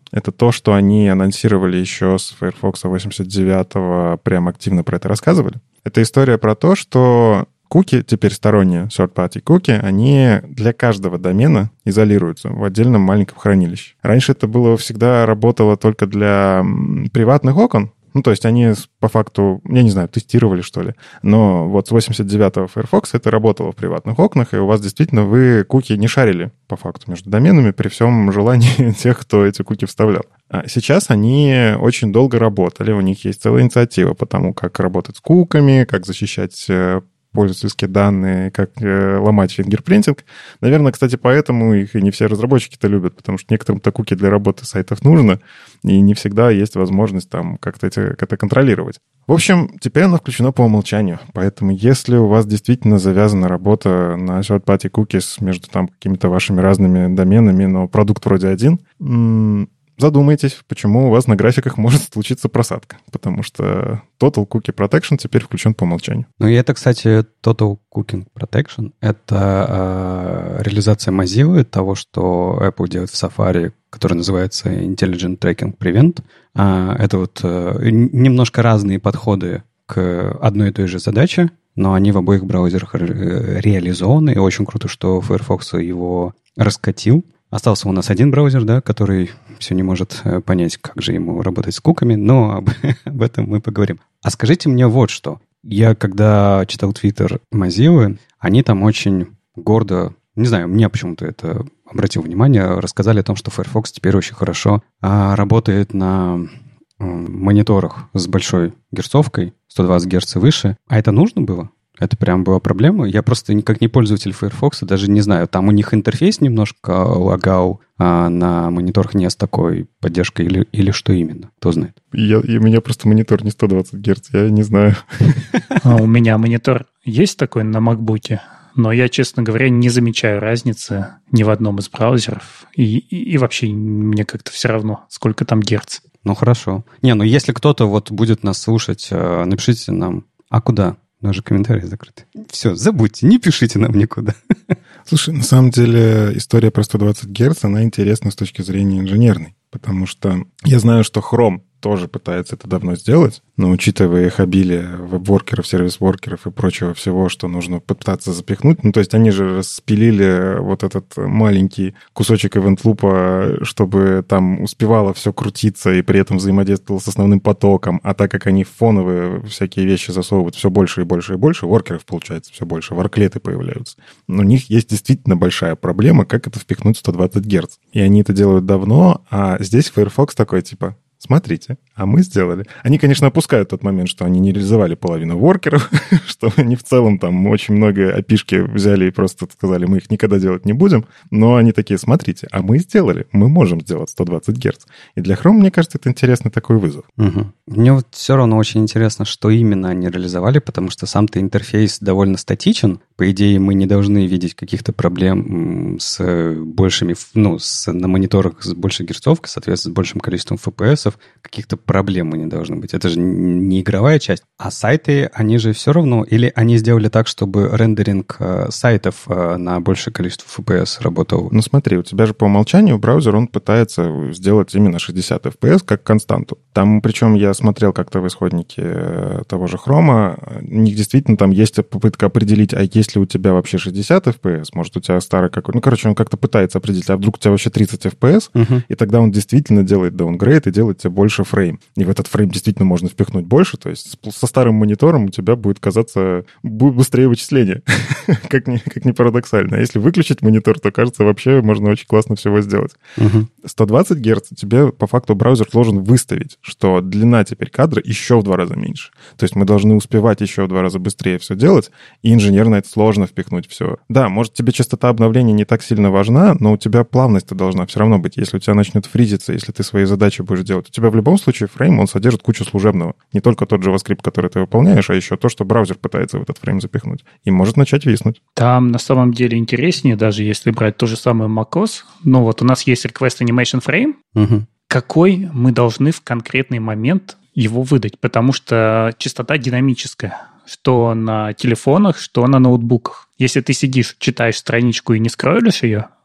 B: Это то, что они анонсировали еще с Firefox восемьдесят девятого, прям активно про это рассказывали. Это история про то, что куки, теперь сторонние third-party куки, они для каждого домена изолируются в отдельном маленьком хранилище. Раньше это было всегда работало только для приватных окон. Ну, то есть они по факту, я не знаю, тестировали, что ли. Но вот с восемьдесят девятого Firefox это работало в приватных окнах, и у вас действительно вы куки не шарили по факту между доменами при всем желании тех, кто эти куки вставлял. А сейчас они очень долго работали, у них есть целая инициатива по тому, как работать с куками, как защищать пользовательские данные, как э, ломать фингерпринтинг. Наверное, кстати, поэтому их и не все разработчики-то любят, потому что некоторым-то куки для работы сайтов нужно, и не всегда есть возможность там как-то эти, это контролировать. В общем, теперь оно включено по умолчанию, поэтому если у вас действительно завязана работа на third-party cookies между там какими-то вашими разными доменами, но продукт вроде один, м- задумайтесь, почему у вас на графиках может случиться просадка, потому что Total Cookie Protection теперь включен по умолчанию.
C: Ну и это, кстати, Total Cookie Protection — это э, реализация Mozilla того, что Apple делает в Safari, который называется Intelligent Tracking Prevent. А, это вот э, немножко разные подходы к одной и той же задаче, но они в обоих браузерах ре- реализованы, и очень круто, что Firefox его раскатил. Остался у нас один браузер, да, который все не может понять, как же ему работать с куками, но об, об этом мы поговорим. А скажите мне вот что. Я, когда читал твиттер Mozilla, они там очень гордо, не знаю, мне почему-то это обратил внимание, рассказали о том, что Firefox теперь очень хорошо а, работает на а, мониторах с большой герцовкой, сто двадцать герц и выше. А это нужно было? Это прям была проблема. Я просто никак не пользователь Firefox, даже не знаю. Там у них интерфейс немножко лагал, а на мониторах не с такой поддержкой или, или что именно? Кто знает?
B: Я, и у меня просто монитор не сто двадцать герц, я не знаю.
A: А у меня монитор есть такой на MacBook'е, но я, честно говоря, не замечаю разницы ни в одном из браузеров. И, и, и вообще мне как-то все равно, сколько там герц.
C: Ну, хорошо. Не, ну если кто-то вот будет нас слушать, напишите нам, а куда? Даже комментарии закрыты. Все, забудьте, не пишите нам никуда.
B: Слушай, на самом деле история про сто двадцать герц, она интересна с точки зрения инженерной, потому что я знаю, что Chrome тоже пытается это давно сделать, но учитывая их обилие веб-воркеров, сервис-воркеров и прочего всего, что нужно попытаться запихнуть, ну, то есть они же распилили вот этот маленький кусочек ивент-лупа, чтобы там успевало все крутиться и при этом взаимодействовало с основным потоком, а так как они фоновые всякие вещи засовывают все больше и больше и больше, воркеров получается все больше, ворклеты появляются. Но у них есть действительно большая проблема, как это впихнуть в сто двадцать герц. И они это делают давно, а здесь Firefox такой, типа, смотрите, а мы сделали. Они, конечно, опускают тот момент, что они не реализовали половину воркеров, что они в целом там очень много эй пи ай-шки взяли и просто сказали, мы их никогда делать не будем, но они такие, смотрите, а мы сделали, мы можем сделать сто двадцать герц. И для Chrome, мне кажется, это интересный такой вызов.
C: Угу. Мне вот все равно очень интересно, что именно они реализовали, потому что сам-то интерфейс довольно статичен. По идее, мы не должны видеть каких-то проблем с большими, ну, с, на мониторах с большей герцовкой, соответственно, с большим количеством эф пи эс, каких-то проблем не должно быть. Это же не игровая часть. А сайты, они же все равно... Или они сделали так, чтобы рендеринг э, сайтов э, на большее количество эф пи эс работал?
B: Ну смотри, у тебя же по умолчанию браузер, он пытается сделать именно шестьдесят эф пи эс как константу. Там, причем я смотрел как-то в исходнике того же Chrome, у них действительно там есть попытка определить, а есть ли у тебя вообще шестьдесят эф пи эс, может, у тебя старый какой... Ну, короче, он как-то пытается определить, а вдруг у тебя вообще тридцать эф пи эс, uh-huh. и тогда он действительно делает даунгрейд и делает тебе больше фрейм. И в этот фрейм действительно можно впихнуть больше, то есть со старым монитором у тебя будет казаться быстрее вычисление, как, ни, как ни парадоксально. А если выключить монитор, то, кажется, вообще можно очень классно всего сделать. Uh-huh. сто двадцать герц тебе по факту браузер должен выставить, что длина теперь кадра еще в два раза меньше. То есть мы должны успевать еще в два раза быстрее все делать, и инженерно это сложно впихнуть все. Да, может, тебе частота обновления не так сильно важна, но у тебя плавность-то должна все равно быть. Если у тебя начнет фризиться, если ты свои задачи будешь делать, у тебя в любом случае фрейм, он содержит кучу служебного. Не только тот JavaScript, который ты выполняешь, а еще то, что браузер пытается в этот фрейм запихнуть. И может начать виснуть.
A: Там на самом деле интереснее, даже если брать то же самое macOS. Ну вот у нас есть Request Animation Frame. Угу. Какой мы должны в конкретный момент его выдать? Потому что частота динамическая. Что на телефонах, что на ноутбуках. Если ты сидишь, читаешь страничку и не скройлишь ее,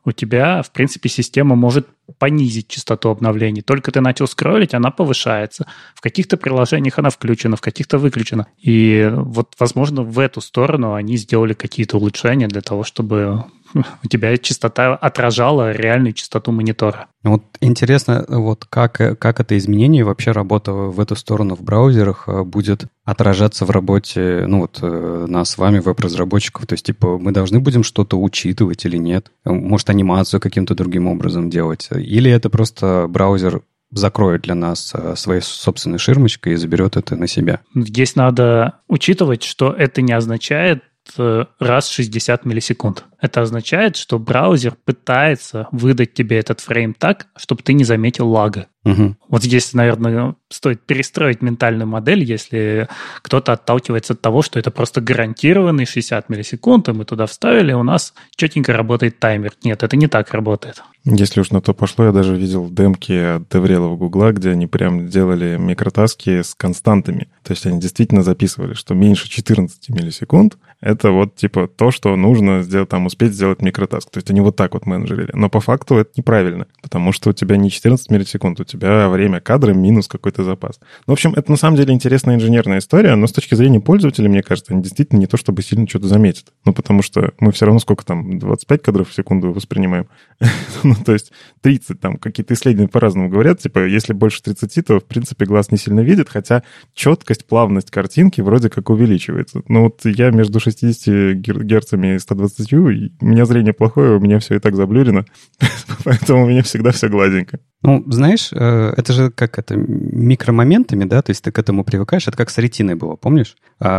A: у тебя, в принципе, система может понизить частоту обновлений. Только ты начал скроллить, она повышается. В каких-то приложениях она включена, в каких-то выключена. И вот, возможно, в эту сторону они сделали какие-то улучшения для того, чтобы у тебя частота отражала реальную частоту монитора.
C: Вот интересно, вот как, как это изменение, вообще работа в эту сторону в браузерах будет отражаться в работе, ну вот, нас с вами, веб-разработчиков. То есть, типа, мы должны будем что-то учитывать или нет? Может, анимацию каким-то другим образом делать? Или это просто браузер закроет для нас своей собственной ширмочкой и заберет это на себя?
A: Здесь надо учитывать, что это не означает раз в шестьдесят миллисекунд. Это означает, что браузер пытается выдать тебе этот фрейм так, чтобы ты не заметил лага.
C: Угу.
A: Вот здесь, наверное, стоит перестроить ментальную модель, если кто-то отталкивается от того, что это просто гарантированный шестьдесят миллисекунд, и мы туда вставили, у нас четенько работает таймер. Нет, это не так работает.
B: Если уж на то пошло, я даже видел демки от деврелов Гугла, где они прям делали микротаски с константами. То есть они действительно записывали, что меньше четырнадцати миллисекунд — это вот типа то, что нужно сделать, там, успеть сделать микротаск. То есть они вот так вот менеджерили. Но по факту это неправильно, потому что у тебя не четырнадцать миллисекунд, у тебя время кадра минус какой-то запас. Ну, в общем, это на самом деле интересная инженерная история, но с точки зрения пользователя, мне кажется, они действительно не то чтобы сильно что-то заметят. Ну, потому что мы все равно сколько там, двадцать пять кадров в секунду воспринимаем. Ну, то есть тридцать, там какие-то исследования по-разному говорят, типа, если больше тридцати, то, в принципе, глаз не сильно видит, хотя четкость, плавность картинки вроде как увеличивается. Но вот я между шестьюдесятью герцами и ста двадцатью, у меня зрение плохое, у меня все и так заблюрено, поэтому у меня всегда все гладенько.
C: Ну, знаешь, это же как это, микромоментами, да, то есть ты к этому привыкаешь, это как с ретиной было, помнишь?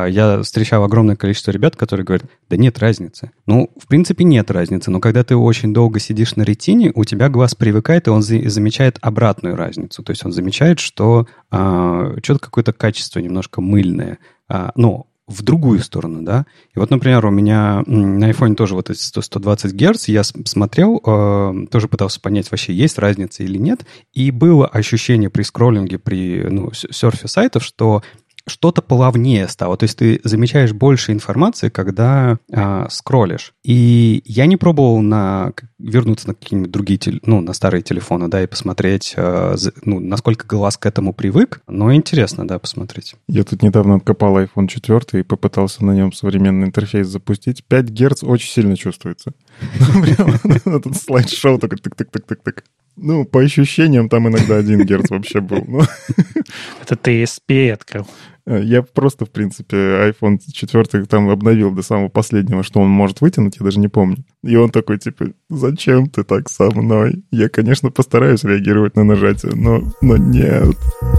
C: Я встречал огромное количество ребят, которые говорят, да нет разницы. Ну, в принципе, нет разницы, но когда ты очень долго сидишь на ретине, у тебя глаз привыкает, и он замечает обратную разницу, то есть он замечает, что а, что-то какое-то качество немножко мыльное, а, но в другую сторону, да. И вот, например, у меня на iPhone тоже вот эти сто двадцать герц, я смотрел, э, тоже пытался понять, вообще есть разница или нет, и было ощущение при скроллинге, при ну, серфе сайтов, что что-то плавнее стало. То есть ты замечаешь больше информации, когда а, скроллишь. И я не пробовал на, вернуться на какие-нибудь другие, ну, на старые телефоны, да, и посмотреть, а, ну, насколько глаз к этому привык. Но интересно, да, посмотреть.
B: Я тут недавно откопал айфон четыре и попытался на нем современный интерфейс запустить. пять герц очень сильно чувствуется. Этот слайд-шоу такой тык-тык-тык-тык-тык. Ну, по ощущениям, там иногда один герц вообще был.
A: Это ты и эс пи открыл.
B: Я просто, в принципе, айфон четыре там обновил до самого последнего, что он может вытянуть, я даже не помню. И он такой, типа, зачем ты так со мной? Я, конечно, постараюсь реагировать на нажатие, но, но нет.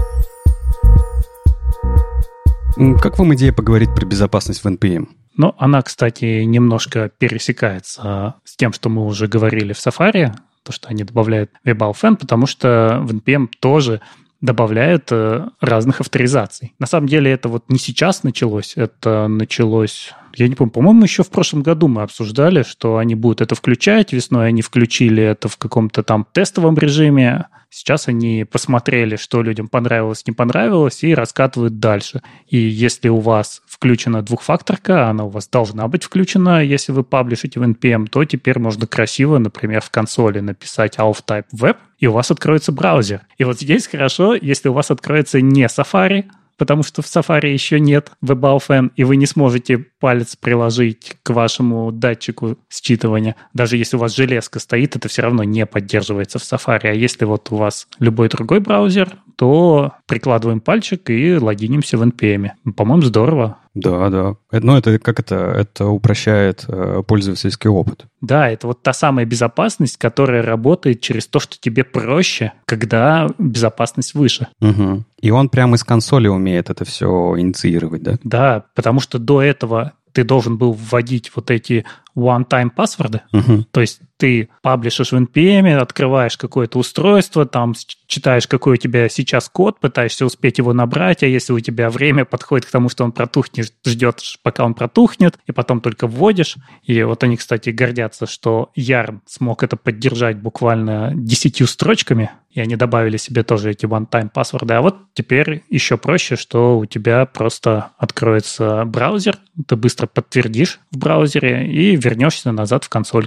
C: Как вам идея поговорить про безопасность в эн пи эм?
A: Ну, она, кстати, немножко пересекается с тем, что мы уже говорили в Safari, то, что они добавляют WebAuthn, потому что в эн пи эм тоже добавляют э, разных авторизаций. На самом деле это вот не сейчас началось, это началось, я не помню, по-моему, еще в прошлом году мы обсуждали, что они будут это включать, весной они включили это в каком-то там тестовом режиме, сейчас они посмотрели, что людям понравилось, не понравилось, и раскатывают дальше. И если у вас включена двухфакторка, она у вас должна быть включена, если вы паблишите в эн пи эм, то теперь можно красиво, например, в консоли написать auth-type web, и у вас откроется браузер. И вот здесь хорошо, если у вас откроется не Safari, потому что в Safari еще нет WebAuthn, и вы не сможете палец приложить к вашему датчику считывания. Даже если у вас железка стоит, это все равно не поддерживается в Safari. А если вот у вас любой другой браузер, то прикладываем пальчик и логинимся в эн пи эм. По-моему, здорово.
C: Да, да. Ну, это как это? Это упрощает э, пользовательский опыт.
A: Да, это вот та самая безопасность, которая работает через то, что тебе проще, когда безопасность выше.
C: Угу. И он прямо из консоли умеет это все инициировать, да?
A: Да, потому что до этого ты должен был вводить вот эти one-time паспорты.
C: Uh-huh.
A: То есть ты паблишишь в эн пи эм, открываешь какое-то устройство, там читаешь, какой у тебя сейчас код, пытаешься успеть его набрать, а если у тебя время подходит к тому, что он протухнет, ждешь, пока он протухнет, и потом только вводишь. И вот они, кстати, гордятся, что Yarn смог это поддержать буквально десятью строчками, и они добавили себе тоже эти one-time паспорты. А вот теперь еще проще, что у тебя просто откроется браузер, ты быстро подтвердишь в браузере и вернешься назад в консольку.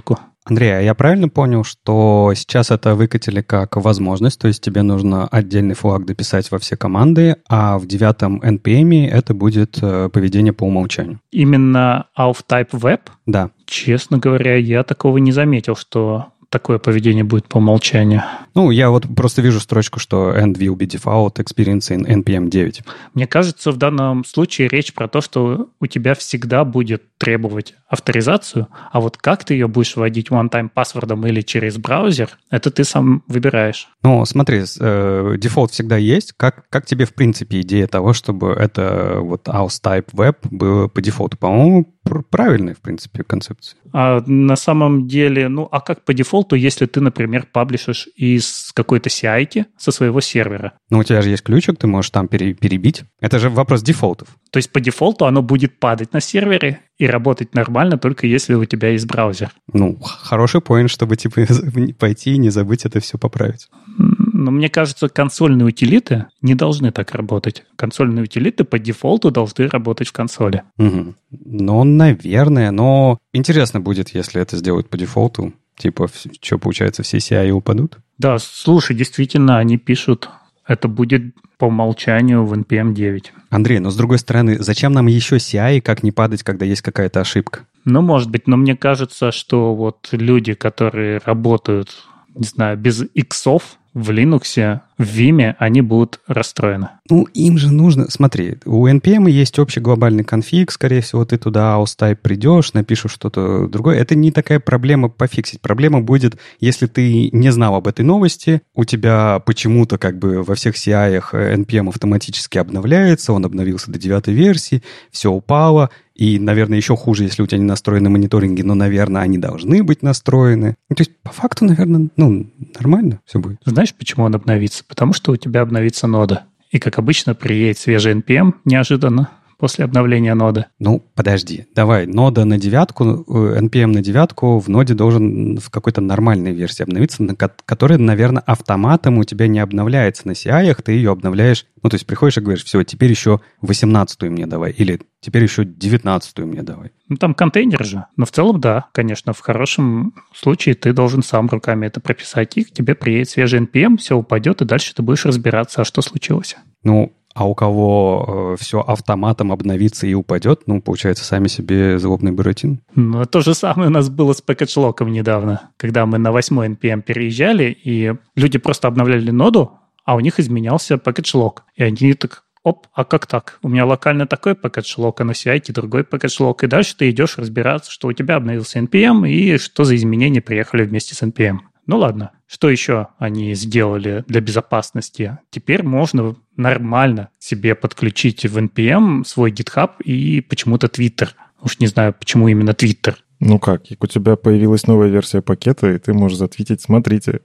C: Андрей, а я правильно понял, что сейчас это выкатили как возможность, то есть тебе нужно отдельный флаг дописать во все команды, а в девятом эн пи эм это будет поведение по умолчанию?
A: Именно auth type web?
C: Да.
A: Честно говоря, я такого не заметил, что такое поведение будет по умолчанию.
C: Ну, я вот просто вижу строчку, что end will be default experience in эн пи эм девять.
A: Мне кажется, в данном случае речь про то, что у тебя всегда будет требовать авторизацию, а вот как ты ее будешь вводить one-time паспортом или через браузер, это ты сам выбираешь.
C: Ну, смотри, э, дефолт всегда есть. Как, как тебе, в принципе, идея того, чтобы это вот auth type web было по дефолту? По-моему, пр- правильная, в принципе, концепция.
A: А на самом деле, ну, а как по дефолту, если ты, например, паблишишь из какой-то си ай-ки со своего сервера?
C: Ну, у тебя же есть ключик, ты можешь там пере- перебить. Это же вопрос дефолтов.
A: То есть по дефолту оно будет падать на сервере и работать нормально, только если у тебя есть браузер.
C: Ну, хороший поинт, чтобы типа пойти и не забыть это все поправить.
A: Но мне кажется, консольные утилиты не должны так работать. Консольные утилиты по дефолту должны работать в консоли.
C: Угу. Ну, наверное, но интересно будет, если это сделают по дефолту. Типа, что получается, все си ай упадут?
A: Да, слушай, действительно, они пишут, это будет по умолчанию в эн пи эм девять.
C: Андрей, но с другой стороны, зачем нам еще си ай, как не падать, когда есть какая-то ошибка?
A: Ну, может быть, но мне кажется, что вот люди, которые работают, не знаю, без иксов в Linux, в Vim, они будут расстроены.
C: Ну, им же нужно... Смотри, у эн пи эм есть общий глобальный конфиг, скорее всего, ты туда auth type придешь, напишешь что-то другое. Это не такая проблема пофиксить. Проблема будет, если ты не знал об этой новости, у тебя почему-то как бы во всех си ай-ях эн пи эм автоматически обновляется, он обновился до девятой версии, все упало, и, наверное, еще хуже, если у тебя не настроены мониторинги, но, наверное, они должны быть настроены. Ну, то есть, по факту, наверное, ну, нормально все будет.
A: Знаешь, почему он обновится? Потому что у тебя обновится нода. И, как обычно, приедет свежий эн пи эм неожиданно после обновления ноды.
C: Ну, подожди, давай, нода на девятку, эн пи эм на девятку в ноде должен в какой-то нормальной версии обновиться, на ко- которая, наверное, автоматом у тебя не обновляется на си ай-ях, ты ее обновляешь, ну, то есть приходишь и говоришь, все, теперь еще восемнадцатую мне давай, или теперь еще девятнадцатую мне давай.
A: Ну, там контейнер же. Но в целом, да, конечно, в хорошем случае ты должен сам руками это прописать, и к тебе приедет свежий эн пи эм, все упадет, и дальше ты будешь разбираться, а что случилось.
C: Ну, а у кого э, все автоматом обновится и упадет, ну, получается, сами себе злобный буратин.
A: Ну, то же самое у нас было с пакетж-локом недавно, когда мы на восьмой эн пи эм переезжали, и люди просто обновляли ноду, а у них изменялся пакетж-лок. И они так, оп, а как так? У меня локально такой пакетж-лок, а на си ай-ке другой пакетж-лок. И дальше ты идешь разбираться, что у тебя обновился эн пи эм, и что за изменения приехали вместе с эн пи эм. Ну ладно, что еще они сделали для безопасности? Теперь можно нормально себе подключить в эн пи эм свой GitHub и почему-то Twitter. Уж не знаю, почему именно Twitter.
B: Ну как, у тебя появилась новая версия пакета, и ты можешь затвитить, смотрите,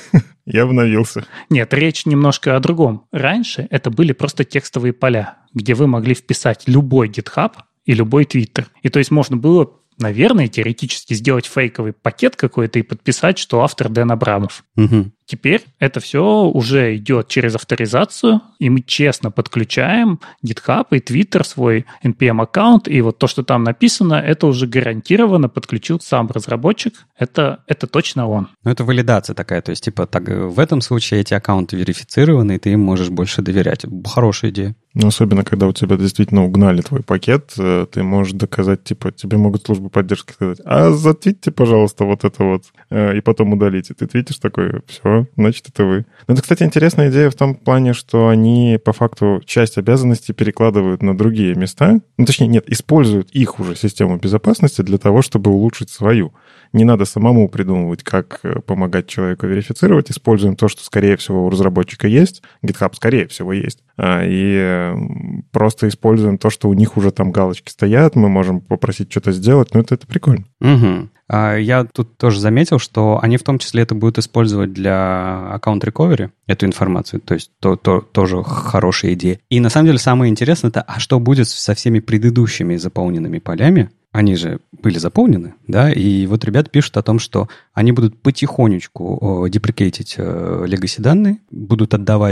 B: я обновился.
A: Нет, речь немножко о другом. Раньше это были просто текстовые поля, где вы могли вписать любой GitHub и любой Twitter. И то есть можно было, наверное, теоретически сделать фейковый пакет какой-то и подписать, что автор Дэн Абрамов.
C: Угу.
A: Теперь это все уже идет через авторизацию, и мы честно подключаем GitHub и Twitter, свой эн пи эм-аккаунт, и вот то, что там написано, это уже гарантированно подключил сам разработчик. Это, это точно он.
C: Ну, это валидация такая, то есть, типа, так, в этом случае эти аккаунты верифицированы, и ты им можешь больше доверять. Хорошая идея.
B: Ну, особенно, когда у тебя действительно угнали твой пакет, ты можешь доказать, типа, тебе могут службы поддержки сказать, а затвитьте, пожалуйста, вот это вот, и потом удалите. Ты твитишь такой, все, значит, это вы. Но это, кстати, интересная идея в том плане, что они по факту часть обязанностей перекладывают на другие места. Ну, точнее, нет, используют их уже систему безопасности для того, чтобы улучшить свою. Не надо самому придумывать, как помогать человеку верифицировать. Используем то, что, скорее всего, у разработчика есть. GitHub, скорее всего, есть. И просто используем то, что у них уже там галочки стоят. Мы можем попросить что-то сделать. Ну, это, это прикольно.
C: Угу. Я тут тоже заметил, что они в том числе это будут использовать для аккаунт-рековери, эту информацию. То есть то, то, тоже хорошая идея. И на самом деле самое интересное, это а что будет со всеми предыдущими заполненными полями? Они же были заполнены, да, и вот ребята пишут о том, что они будут потихонечку деприкейтить legacy данные, будут отдавать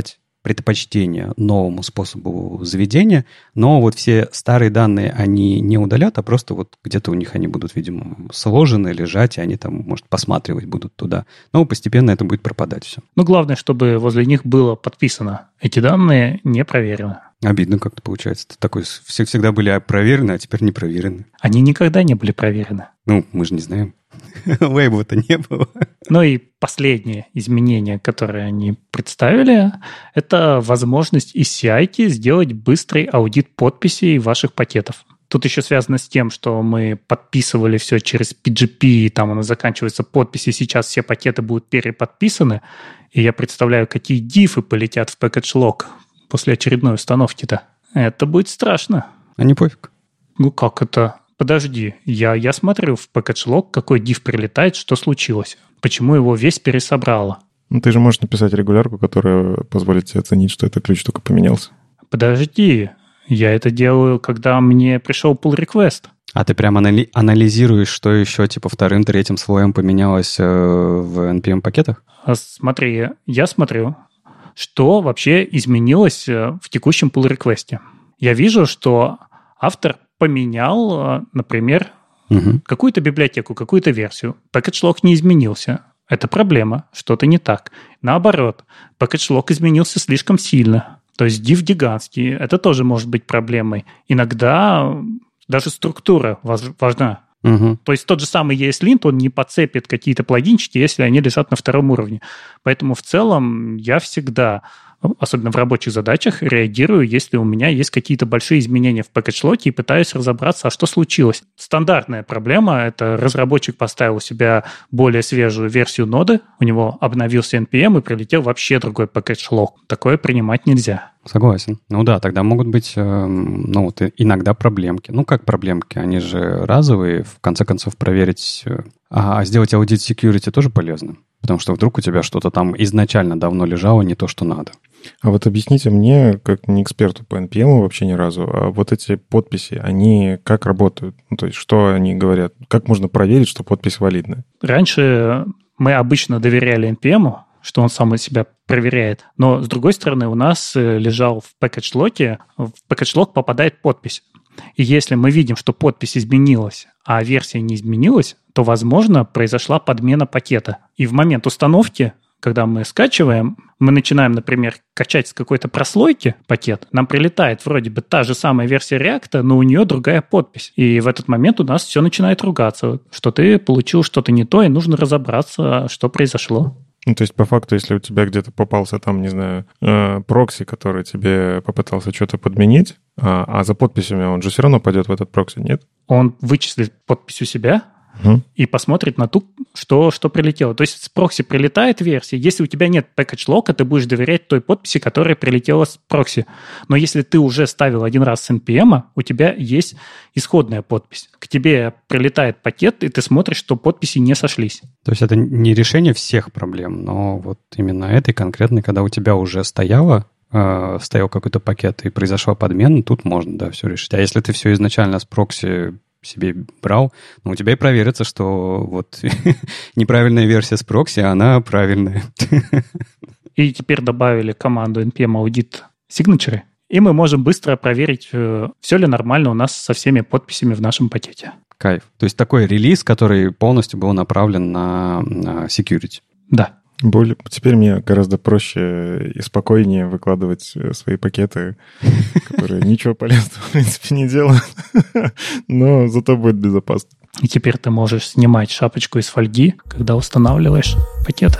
C: предпочтение новому способу заведения, но вот все старые данные они не удалят, а просто вот где-то у них они будут, видимо, сложены, лежать, и они там, может, посматривать будут туда. Но постепенно это будет пропадать все.
A: Ну, главное, чтобы возле них было подписано. Эти данные не проверены.
C: Обидно как-то получается. Это такой, всегда были проверены, а теперь не проверены.
A: Они никогда не были проверены.
C: Ну, мы же не знаем. Лейбла-то не было.
A: Ну и последнее изменение, которое они представили, это возможность из си ай-ки сделать быстрый аудит подписей ваших пакетов. Тут еще связано с тем, что мы подписывали все через пи джи пи, там оно заканчивается подписью, сейчас все пакеты будут переподписаны, и я представляю, какие дифы полетят в package log после очередной установки-то. Это будет страшно.
C: А не пофиг.
A: Ну как это? Подожди, я, я смотрю в package log, какой диф прилетает, что случилось. Почему его весь пересобрало?
B: Ну, ты же можешь написать регулярку, которая позволит тебе оценить, что этот ключ только поменялся.
A: Подожди, я это делаю, когда мне пришел pull request.
C: А ты прям анали- анализируешь, что еще типа вторым, третьим слоем поменялось э, в эн пи эм-пакетах?
A: Смотри, я смотрю, что вообще изменилось в текущем pull request. Я вижу, что автор поменял, например, угу. какую-то библиотеку, какую-то версию. Package log не изменился. Это проблема, что-то не так. Наоборот, package log изменился слишком сильно. То есть div гигантский, это тоже может быть проблемой. Иногда даже структура важна.
C: Угу.
A: То есть тот же самый и эс-lint, он не подцепит какие-то плагинчики, если они лежат на втором уровне. Поэтому в целом я всегда, особенно в рабочих задачах, реагирую, если у меня есть какие-то большие изменения в package-локе и пытаюсь разобраться, а что случилось. Стандартная проблема – это разработчик поставил у себя более свежую версию ноды, у него обновился эн пи эм и прилетел вообще другой package-лог. Такое принимать нельзя.
C: Согласен. Ну да, тогда могут быть, э, ну вот иногда проблемки. Ну как проблемки? Они же разовые. В конце концов проверить, э, а сделать аудит security тоже полезно. Потому что вдруг у тебя что-то там изначально давно лежало не то, что надо.
B: А вот объясните мне, как не эксперту по эн пи эм вообще ни разу, а вот эти подписи, они как работают? Ну, то есть что они говорят? Как можно проверить, что подпись валидная?
A: Раньше мы обычно доверяли эн пи эм, что он сам себя проверяет. Но, с другой стороны, у нас лежал в package-локе, в package-лог попадает подпись. И если мы видим, что подпись изменилась, а версия не изменилась, то, возможно, произошла подмена пакета. И в момент установки, когда мы скачиваем, мы начинаем, например, качать с какой-то прослойки пакет, нам прилетает вроде бы та же самая версия React, но у нее другая подпись. И в этот момент у нас все начинает ругаться, что ты получил что-то не то, и нужно разобраться, что произошло.
B: Ну, то есть, по факту, если у тебя где-то попался там, не знаю, э, прокси, который тебе попытался что-то подменить, а, а за подписями он же все равно пойдет в этот прокси, нет?
A: Он вычислит подпись у себя, угу. и посмотрит на ту, что, что прилетело. То есть с прокси прилетает версия. Если у тебя нет package-лока, ты будешь доверять той подписи, которая прилетела с прокси. Но если ты уже ставил один раз с эн пи эм, у тебя есть исходная подпись. К тебе прилетает пакет, и ты смотришь, что подписи не сошлись.
C: То есть это не решение всех проблем, но вот именно этой конкретной, когда у тебя уже стояло, э, стоял какой-то пакет и произошла подмена, тут можно, да, все решить. А если ты все изначально с прокси себе брал, но у тебя и проверится, что вот неправильная версия с прокси, она правильная.
A: И теперь добавили команду эн пи эм audit signature, и мы можем быстро проверить, все ли нормально у нас со всеми подписями в нашем пакете.
C: Кайф. То есть такой релиз, который полностью был направлен на, на security.
A: Да.
B: Более, теперь мне гораздо проще и спокойнее выкладывать свои пакеты, которые ничего полезного, в принципе, не делают, но зато будет безопасно.
A: И теперь ты можешь снимать шапочку из фольги, когда устанавливаешь пакеты.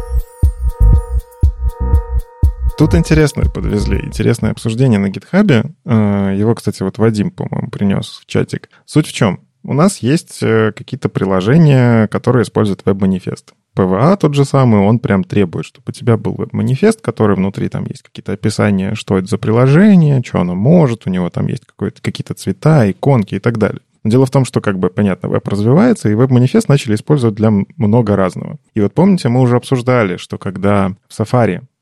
B: Тут интересно подвезли, интересное обсуждение на гитхабе. Его, кстати, вот Вадим, по-моему, принес в чатик. Суть в чем? У нас есть какие-то приложения, которые используют веб-манифест. пи ви эй тот же самый, он прям требует, чтобы у тебя был веб-манифест, который внутри там есть какие-то описания, что это за приложение, что оно может, у него там есть какие-то цвета, иконки и так далее. Но дело в том, что, как бы, понятно, веб развивается, и веб-манифест начали использовать для много разного. И вот помните, мы уже обсуждали, что когда в Safari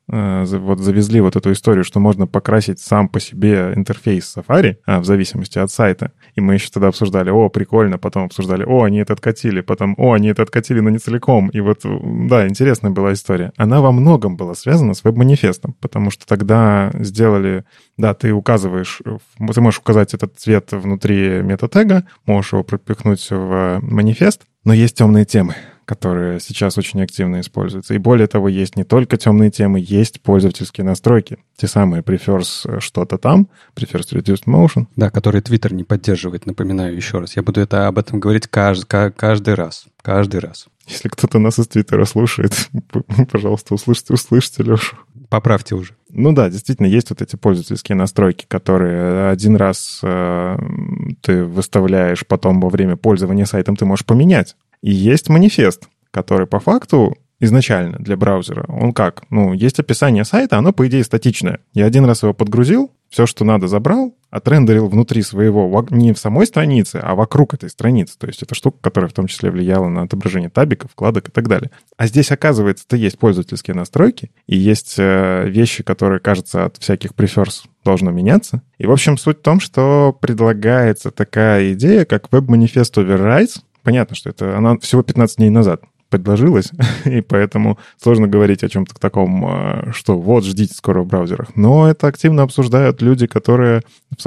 B: вот завезли вот эту историю, что можно покрасить сам по себе интерфейс Safari, а, в зависимости от сайта. И мы еще тогда обсуждали, о, прикольно, потом обсуждали, о, они это откатили, потом, о, они это откатили, но не целиком. И вот, да, интересная была история. Она во многом была связана с веб-манифестом, потому что тогда сделали, да, ты указываешь, ты можешь указать этот цвет внутри мета-тега, можешь его пропихнуть в манифест, но есть темные темы, которые сейчас очень активно используются. И более того, есть не только темные темы, есть пользовательские настройки. Те самые prefers что-то там, prefers reduced motion.
C: Да, которые Twitter не поддерживает, напоминаю еще раз. Я буду это, об этом говорить каждый, каждый раз. Каждый раз.
B: Если кто-то нас из Твиттера слушает, пожалуйста, услышьте, услышьте Лешу.
C: Поправьте уже.
B: Ну да, действительно, есть вот эти пользовательские настройки, которые один раз э, ты выставляешь, потом во время пользования сайтом ты можешь поменять. И есть манифест, который по факту изначально для браузера, он как? Ну, есть описание сайта, оно, по идее, статичное. Я один раз его подгрузил, все, что надо, забрал, отрендерил внутри своего, не в самой странице, а вокруг этой страницы. То есть это штука, которая в том числе влияла на отображение табиков, вкладок и так далее. А здесь, оказывается-то, есть пользовательские настройки, и есть э, вещи, которые, кажется, от всяких prefers должно меняться. И, в общем, суть в том, что предлагается такая идея, как Web-Manifest Overrides. Понятно, что это она всего пятнадцать дней назад предложилась, и поэтому сложно говорить о чем-то таком, что вот, ждите скоро в браузерах. Но это активно обсуждают люди, которые в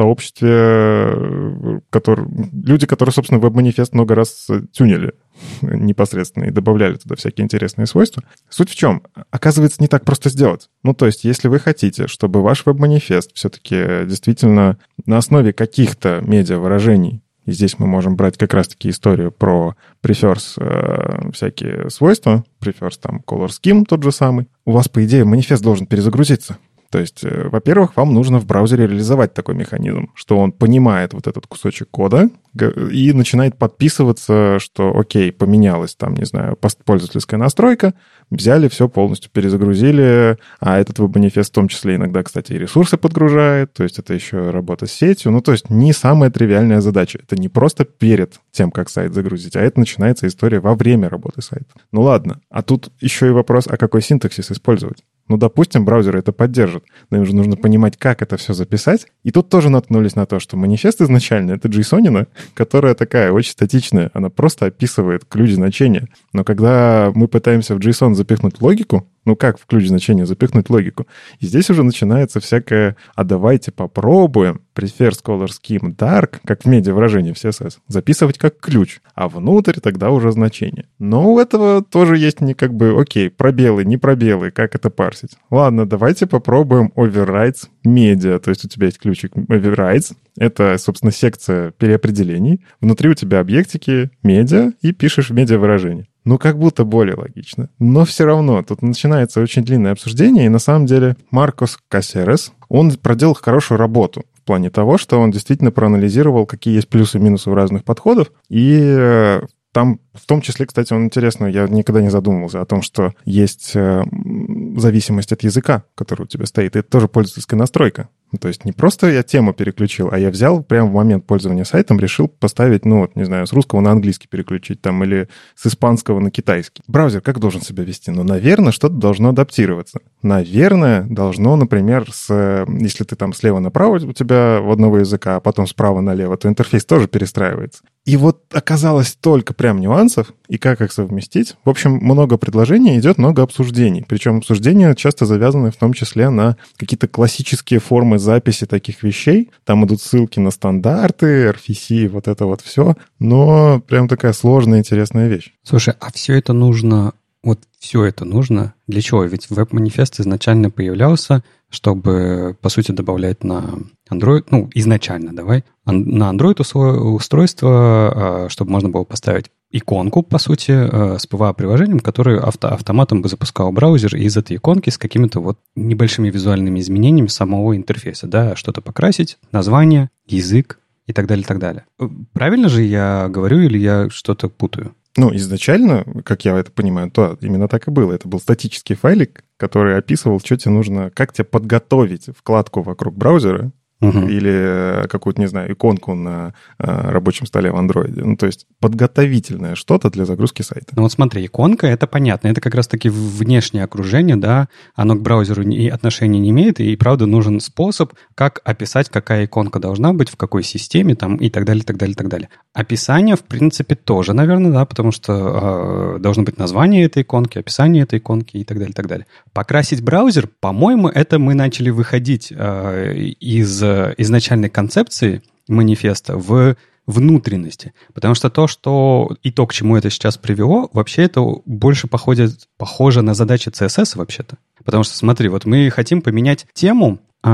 B: сообществе, которые, люди, которые, собственно, веб-манифест много раз тюнили непосредственно и добавляли туда всякие интересные свойства. Суть в чем? Оказывается, не так просто сделать. Ну, то есть, если вы хотите, чтобы ваш веб-манифест все-таки действительно на основе каких-то медиа-выражений, и здесь мы можем брать как раз-таки историю про prefers э, всякие свойства, prefers там color scheme тот же самый. У вас, по идее, манифест должен перезагрузиться. То есть, э, во-первых, вам нужно в браузере реализовать такой механизм, что он понимает вот этот кусочек кода и начинает подписываться, что окей, поменялась там, не знаю, пользовательская настройка, взяли, все полностью перезагрузили, а этот веб-манифест в том числе иногда, кстати, и ресурсы подгружает, то есть это еще работа с сетью. Ну, то есть не самая тривиальная задача. Это не просто перед тем, как сайт загрузить, а это начинается история во время работы сайта. Ну ладно, а тут еще и вопрос, а какой синтаксис использовать? Ну, допустим, браузеры это поддержат, но им же нужно понимать, как это все записать. И тут тоже наткнулись на то, что манифест изначально — это JSON-ина, которая такая очень статичная, она просто описывает ключ значения. Но когда мы пытаемся в JSON запихнуть логику, ну как в ключ значения запихнуть логику? И здесь уже начинается всякое «а давайте попробуем prefers color scheme dark», как в медиа-выражении в си эс эс, записывать как ключ, а внутрь тогда уже значение. Но у этого тоже есть не как бы, окей, пробелы, не пробелы, как это парсить. Ладно, давайте попробуем overrides media, то есть у тебя есть ключик overrides, это, собственно, секция переопределений. Внутри у тебя объектики медиа, и пишешь медиа-выражение. Ну, как будто более логично. Но все равно тут начинается очень длинное обсуждение, и на самом деле Маркос Касерес, он проделал хорошую работу в плане того, что он действительно проанализировал, какие есть плюсы и минусы у разных подходов, и там, в том числе, кстати, он интересно, я никогда не задумывался о том, что есть зависимость от языка, который у тебя стоит, и это тоже пользовательская настройка. То есть не просто я тему переключил, а я взял прямо в момент пользования сайтом, решил поставить, ну вот, не знаю, с русского на английский переключить там или с испанского на китайский. Браузер как должен себя вести? Ну, наверное, что-то должно адаптироваться. Наверное, должно, например, с, если ты там слева направо у тебя в одного языка, а потом справа налево, то интерфейс тоже перестраивается. И вот оказалось столько прям нюансов, и как их совместить. В общем, много предложений, идет много обсуждений. Причем обсуждения часто завязаны в том числе на какие-то классические формы записи таких вещей. Там идут ссылки на стандарты, эр эф си, вот это вот все. Но прям такая сложная, интересная вещь.
C: Слушай, а все это нужно... Вот все это нужно для чего? Ведь веб-манифест изначально появлялся, чтобы, по сути, добавлять на Android, ну, изначально, давай, на Android устройство, чтобы можно было поставить иконку, по сути, с пи ви эй-приложением, которое авто, автоматом бы запускал браузер из этой иконки с какими-то вот небольшими визуальными изменениями самого интерфейса, да, что-то покрасить, название, язык и так далее, и так далее. Правильно же я говорю или я что-то путаю?
B: Ну, изначально, как я это понимаю, то именно так и было. Это был статический файлик, который описывал, что тебе нужно, как тебе подготовить вкладку вокруг браузера, угу. или какую-то, не знаю, иконку на а, рабочем столе в андроиде. Ну, то есть подготовительное что-то для загрузки сайта.
C: Ну вот смотри, иконка — это понятно. Это как раз-таки внешнее окружение, да, оно к браузеру и отношения не имеет, и, правда, нужен способ, как описать, какая иконка должна быть, в какой системе, там, и так далее, так далее, так далее. Описание, в принципе, тоже, наверное, да, потому что э, должно быть название этой иконки, описание этой иконки и так далее, так далее. Покрасить браузер, по-моему, это мы начали выходить э, из э, изначальной концепции манифеста в внутренности. Потому что то, что и то, к чему это сейчас привело, вообще это больше походит, похоже на задачи си эс эс вообще-то. Потому что, смотри, вот мы хотим поменять тему,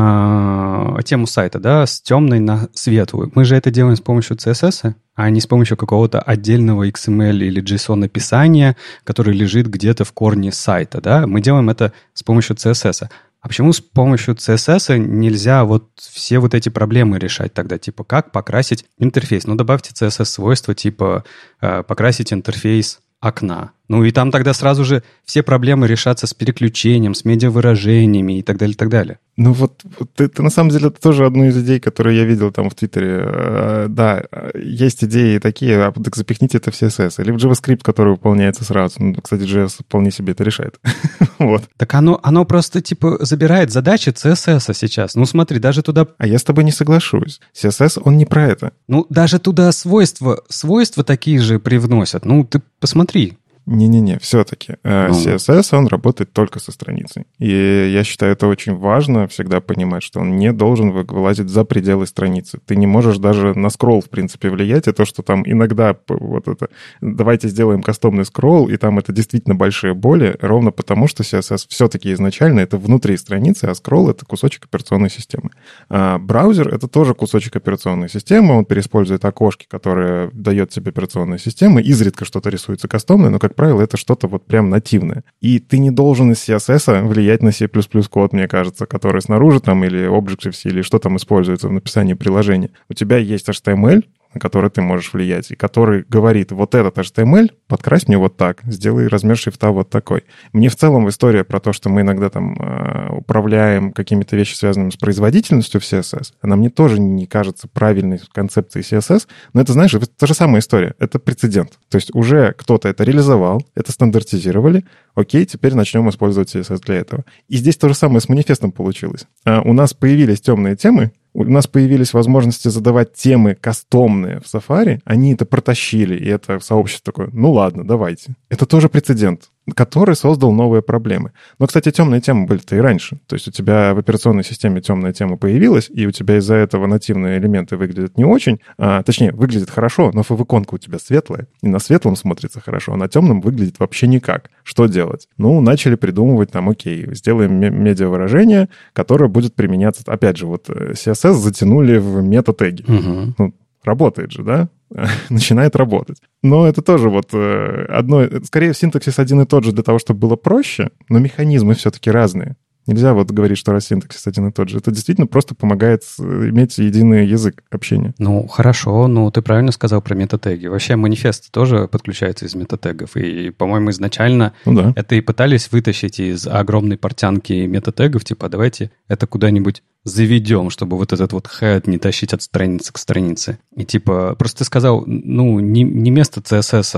C: а, тему сайта, да, с темной на светлую. Мы же это делаем с помощью си эс эс, а не с помощью какого-то отдельного икс эм эль или джейсон описания, который лежит где-то в корне сайта, да. Мы делаем это с помощью си эс эс. А почему с помощью си эс эс нельзя вот все вот эти проблемы решать тогда? Типа, как покрасить интерфейс? Ну, добавьте си эс эс-свойства, типа, э, покрасить интерфейс окна. Ну, и там тогда сразу же все проблемы решатся с переключением, с медиавыражениями и так далее, и так далее.
B: Ну, вот, вот это, на самом деле, это тоже одну из идей, которую я видел там в Твиттере. Да, есть идеи такие, а так запихните это в си эс эс. Или в JavaScript, который выполняется сразу. Ну, кстати, джей эс вполне себе это решает. Вот.
C: Так оно, оно просто, типа, забирает задачи си эс эс сейчас. Ну, смотри, даже туда...
B: А я с тобой не соглашусь. си эс эс, он не про это.
C: Ну, даже туда свойства, свойства такие же привносят. Ну, ты посмотри.
B: Не-не-не, все-таки. Ну. си эс эс, он работает только со страницей. И я считаю, это очень важно всегда понимать, что он не должен вылазить за пределы страницы. Ты не можешь даже на скролл, в принципе, влиять. И то, что там иногда вот это... Давайте сделаем кастомный скролл, и там это действительно большие боли, ровно потому, что си эс эс все-таки изначально это внутри страницы, а скролл — это кусочек операционной системы. А браузер — это тоже кусочек операционной системы. Он переиспользует окошки, которые дает тебе операционная система. Изредка что-то рисуется кастомное, но, как правило, это что-то вот прям нативное. И ты не должен из си эс эс влиять на C++ код, мне кажется, который снаружи там, или Objective-C, или что там используется в написании приложения. У тебя есть эйч ти эм эль, на который ты можешь влиять, и который говорит, вот этот эйч ти эм эль подкрась мне вот так, сделай размер шрифта вот такой. Мне в целом история про то, что мы иногда там управляем какими-то вещами, связанными с производительностью в си эс эс, она мне тоже не кажется правильной концепцией си эс эс, но это, знаешь, это та же самая история, это прецедент. То есть уже кто-то это реализовал, это стандартизировали, окей, теперь начнем использовать си эс эс для этого. И здесь то же самое с манифестом получилось. У нас появились темные темы, у нас появились возможности задавать темы кастомные в Safari, они это протащили, и это сообщество такое, ну ладно, давайте. Это тоже прецедент, который создал новые проблемы. Но, кстати, темные темы были-то и раньше. То есть у тебя в операционной системе темная тема появилась, и у тебя из-за этого нативные элементы выглядят не очень, а, точнее, выглядят хорошо, но фэв-иконка у тебя светлая, и на светлом смотрится хорошо, а на темном выглядит вообще никак. Что делать? Ну, начали придумывать там, окей, сделаем медиавыражение, которое будет применяться... Опять же, вот си эс эс затянули в мета-теги.
C: Угу.
B: Ну, работает же, да? Начинает работать. Но это тоже вот одно... Скорее, синтаксис один и тот же для того, чтобы было проще, но механизмы все-таки разные. Нельзя вот говорить, что раз синтаксис один и тот же. Это действительно просто помогает иметь единый язык общения.
C: Ну, хорошо. Ну, ты правильно сказал про метатеги. Вообще, манифест тоже подключается из метатегов. И, по-моему, изначально ну, да. это и пытались вытащить из огромной портянки метатегов. Типа, давайте это куда-нибудь заведем, чтобы вот этот вот head не тащить от страницы к странице. И типа, просто ты сказал, ну, не, не место си эс эс,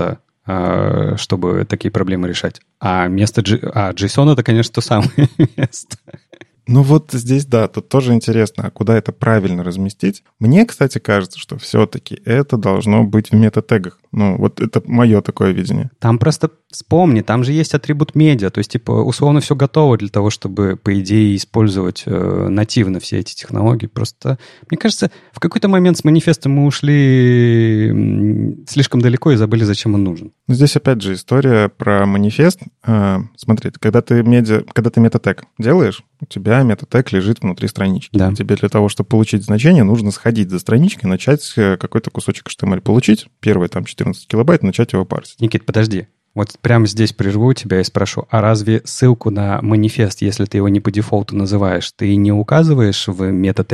C: чтобы такие проблемы решать. А место G... а, JSON — это, конечно, то самое место.
B: Ну вот здесь, да, тут тоже интересно, а куда это правильно разместить? Мне, кстати, кажется, что все-таки это должно быть в метатегах. Ну, вот это мое такое видение.
C: Там просто вспомни, там же есть атрибут медиа, то есть, типа, условно все готово для того, чтобы, по идее, использовать э, нативно все эти технологии. Просто, мне кажется, в какой-то момент с манифестом мы ушли слишком далеко и забыли, зачем он нужен.
B: Ну, здесь, опять же, история про манифест. А, смотри, когда ты, медиа, когда ты метатег делаешь, у тебя метатег лежит внутри странички.
C: Да.
B: Тебе для того, чтобы получить значение, нужно сходить за страничкой, начать какой-то кусочек эйч ти эм эль получить, первые там четырнадцать килобайт, начать его парсить.
C: Никит, подожди. Вот прямо здесь прерву тебя и спрошу, а разве ссылку на манифест, если ты его не по дефолту называешь, ты не указываешь в метатеге?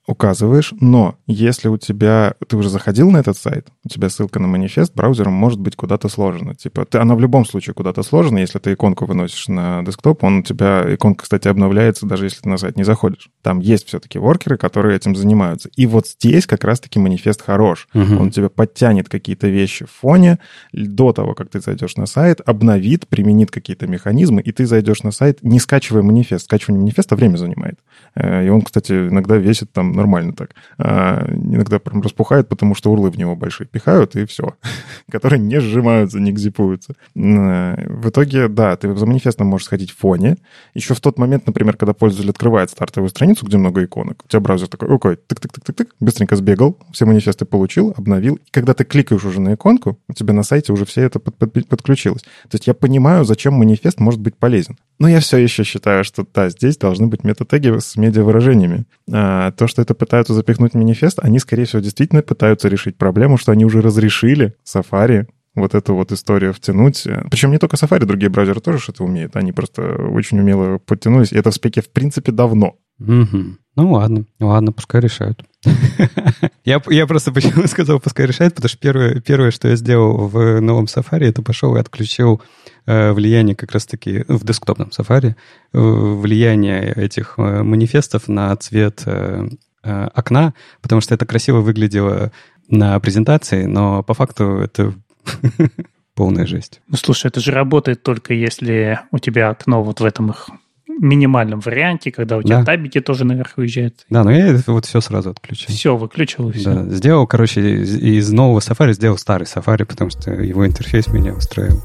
B: указываешь, но если у тебя... Ты уже заходил на этот сайт, у тебя ссылка на манифест браузером может быть куда-то сложена. Типа, ты, она в любом случае куда-то сложена, если ты иконку выносишь на десктоп, он у тебя... Иконка, кстати, обновляется, даже если ты на сайт не заходишь. Там есть все-таки воркеры, которые этим занимаются. И вот здесь как раз-таки манифест хорош. Угу. Он тебе подтянет какие-то вещи в фоне до того, как ты зайдешь на сайт, обновит, применит какие-то механизмы, и ты зайдешь на сайт, не скачивая манифест. Скачивание манифеста время занимает. И он, кстати, иногда весит там нормально так. А иногда прям распухает, потому что урлы в него большие пихают, и все. Которые не сжимаются, не гзипуются. В итоге, да, ты за манифестом можешь сходить в фоне. Еще в тот момент, например, когда пользователь открывает стартовую страницу, где много иконок, у тебя браузер такой, окей, тык-тык-тык-тык, быстренько сбегал, все манифесты получил, обновил. И когда ты кликаешь уже на иконку, у тебя на сайте уже все это под- под- подключилось. То есть я понимаю, зачем манифест может быть полезен. Но я все еще считаю, что да, здесь должны быть метатеги с медиавыражениями. А то, что это пытаются запихнуть в манифест, они, скорее всего, действительно пытаются решить проблему, что они уже разрешили Safari вот эту вот историю втянуть. Причем не только Safari, другие браузеры тоже что-то умеют. Они просто очень умело подтянулись. И это в спеке, в принципе, давно.
C: Угу. Ну ладно, ладно, пускай решают. я, я просто почему сказал, пускай решают, потому что первое, первое, что я сделал в новом Safari, это пошел и отключил э, влияние как раз-таки в десктопном Safari, э, влияние этих э, манифестов на цвет э, э, окна, потому что это красиво выглядело на презентации, но по факту это полная жесть.
A: Ну, слушай, это же работает только если у тебя окно вот в этом их минимальном варианте, когда у тебя да. табики тоже наверх уезжают.
C: Да, но я это вот все сразу отключил.
A: Все, выключил и все.
C: Да, сделал, короче, из, из нового Safari сделал старый Safari, потому что его интерфейс меня устраивал.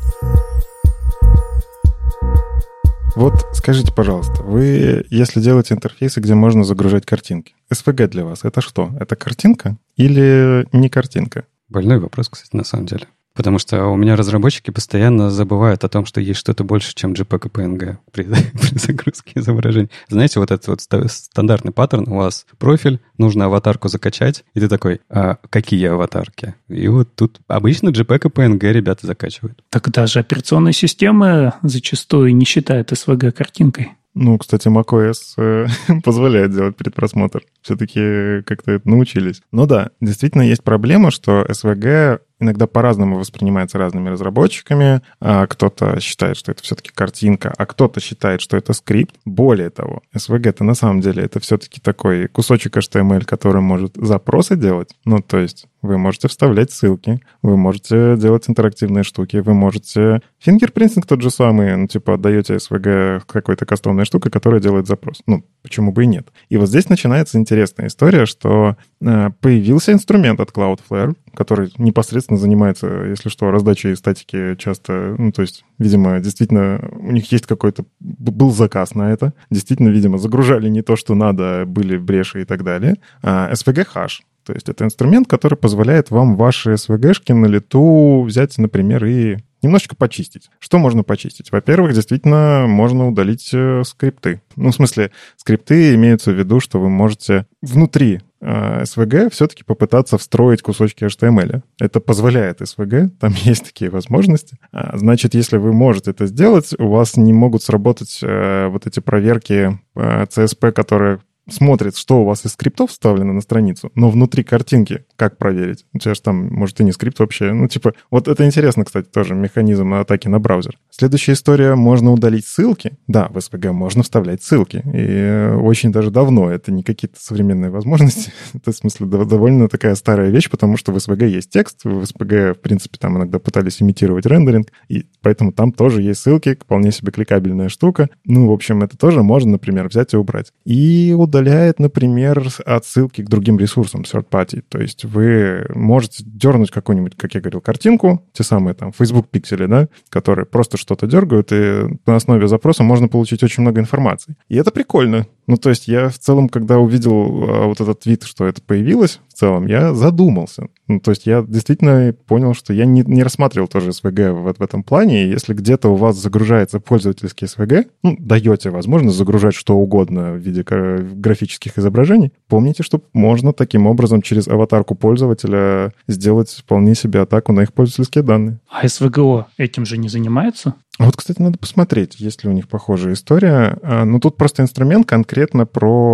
B: Вот скажите, пожалуйста, вы, если делаете интерфейсы, где можно загружать картинки, эс ви джи для вас это что? Это картинка или не картинка?
C: Больной вопрос, кстати, на самом деле. Потому что у меня разработчики постоянно забывают о том, что есть что-то больше, чем JPEG и пи эн джи при, при загрузке изображений. Знаете, вот этот вот стандартный паттерн, у вас профиль, нужно аватарку закачать, и ты такой, а какие аватарки? И вот тут обычно JPEG и пи эн джи ребята закачивают.
A: Так даже операционные системы зачастую не считают эс ви джи картинкой.
B: Ну, кстати, macOS э, позволяет делать предпросмотр. Все-таки как-то это научились. Но да, действительно есть проблема, что эс ви джи иногда по-разному воспринимается разными разработчиками. А кто-то считает, что это все-таки картинка, а кто-то считает, что это скрипт. Более того, эс ви джи это на самом деле это все-таки такой кусочек эйч ти эм эль, который может запросы делать. Ну, то есть вы можете вставлять ссылки, вы можете делать интерактивные штуки, вы можете... Фингерпринтинг тот же самый, ну, типа отдаете эс ви джи какой-то кастомной штукой, которая делает запрос. Ну, почему бы и нет. И вот здесь начинается интересная история, что э, появился инструмент от Cloudflare, который непосредственно занимается, если что, раздачей статики часто, ну, то есть, видимо, действительно, у них есть какой-то... Был заказ на это. Действительно, видимо, загружали не то, что надо, были бреши и так далее. А эс ви джи Hash. То есть это инструмент, который позволяет вам ваши эс ви джи-шки на лету взять, например, и немножечко почистить. Что можно почистить? Во-первых, действительно, можно удалить э, скрипты. Ну, в смысле, скрипты имеются в виду, что вы можете внутри э, эс ви джи все-таки попытаться встроить кусочки эйч ти эм эль. Это позволяет эс ви джи, там есть такие возможности. А, значит, если вы можете это сделать, у вас не могут сработать э, вот эти проверки э, си эс пи, которые смотрит, что у вас из скриптов вставлено на страницу, но внутри картинки как проверить? У тебя же там, может, и не скрипт вообще. Ну, типа, вот это интересно, кстати, тоже механизм атаки на браузер. Следующая история, можно удалить ссылки. Да, в эс ви джи можно вставлять ссылки. И очень даже давно. Это не какие-то современные возможности. Это, в смысле, довольно такая старая вещь, потому что в эс ви джи есть текст. В эс ви джи, в принципе, там иногда пытались имитировать рендеринг, и поэтому там тоже есть ссылки, вполне себе кликабельная штука. Ну, в общем, это тоже можно, например, взять и убрать. И удаляет, например, отсылки к другим ресурсам third party. То есть вы можете дернуть какую-нибудь, как я говорил, картинку, те самые там Facebook пиксели, да, которые просто что-то дергают, и на основе запроса можно получить очень много информации. И это прикольно. Ну, то есть я в целом, когда увидел а, вот этот твит, что это появилось, в целом, я задумался. Ну, то есть я действительно понял, что я не, не рассматривал тоже эс ви джи в, в этом плане, и если где-то у вас загружается пользовательский эс ви джи, ну, даете возможность загружать что угодно в виде графических изображений, помните, что можно таким образом через аватарку пользователя сделать вполне себе атаку на их пользовательские данные.
A: А эс ви джи о этим же не занимается?
B: А вот, кстати, надо посмотреть, есть ли у них похожая история. Но тут просто инструмент конкретно про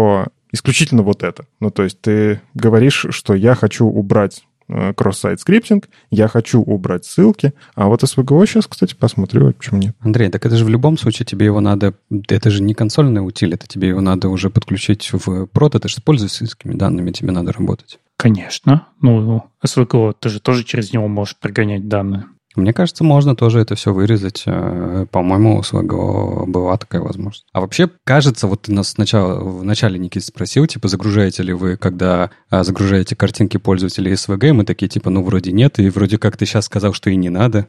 B: исключительно вот это. Ну, то есть ты говоришь, что я хочу убрать кросс-сайт скриптинг, я хочу убрать ссылки, а вот эс ви джи о сейчас, кстати, посмотрю, почему нет.
C: Андрей, так это же в любом случае тебе его надо, это же не консольная утиль, это тебе его надо уже подключить в прод, это же с пользовательскими данными тебе надо работать.
A: Конечно. Ну, эс ви джи о, ты же тоже через него можешь прогонять данные.
C: Мне кажется, можно тоже это все вырезать. По-моему, у эс ви джи о была такая возможность. А вообще, кажется, вот ты нас сначала, в начале, Никит, спросил, типа, загружаете ли вы, когда загружаете картинки пользователей эс ви джи, мы такие, типа, ну, вроде нет, и вроде как ты сейчас сказал, что и не надо.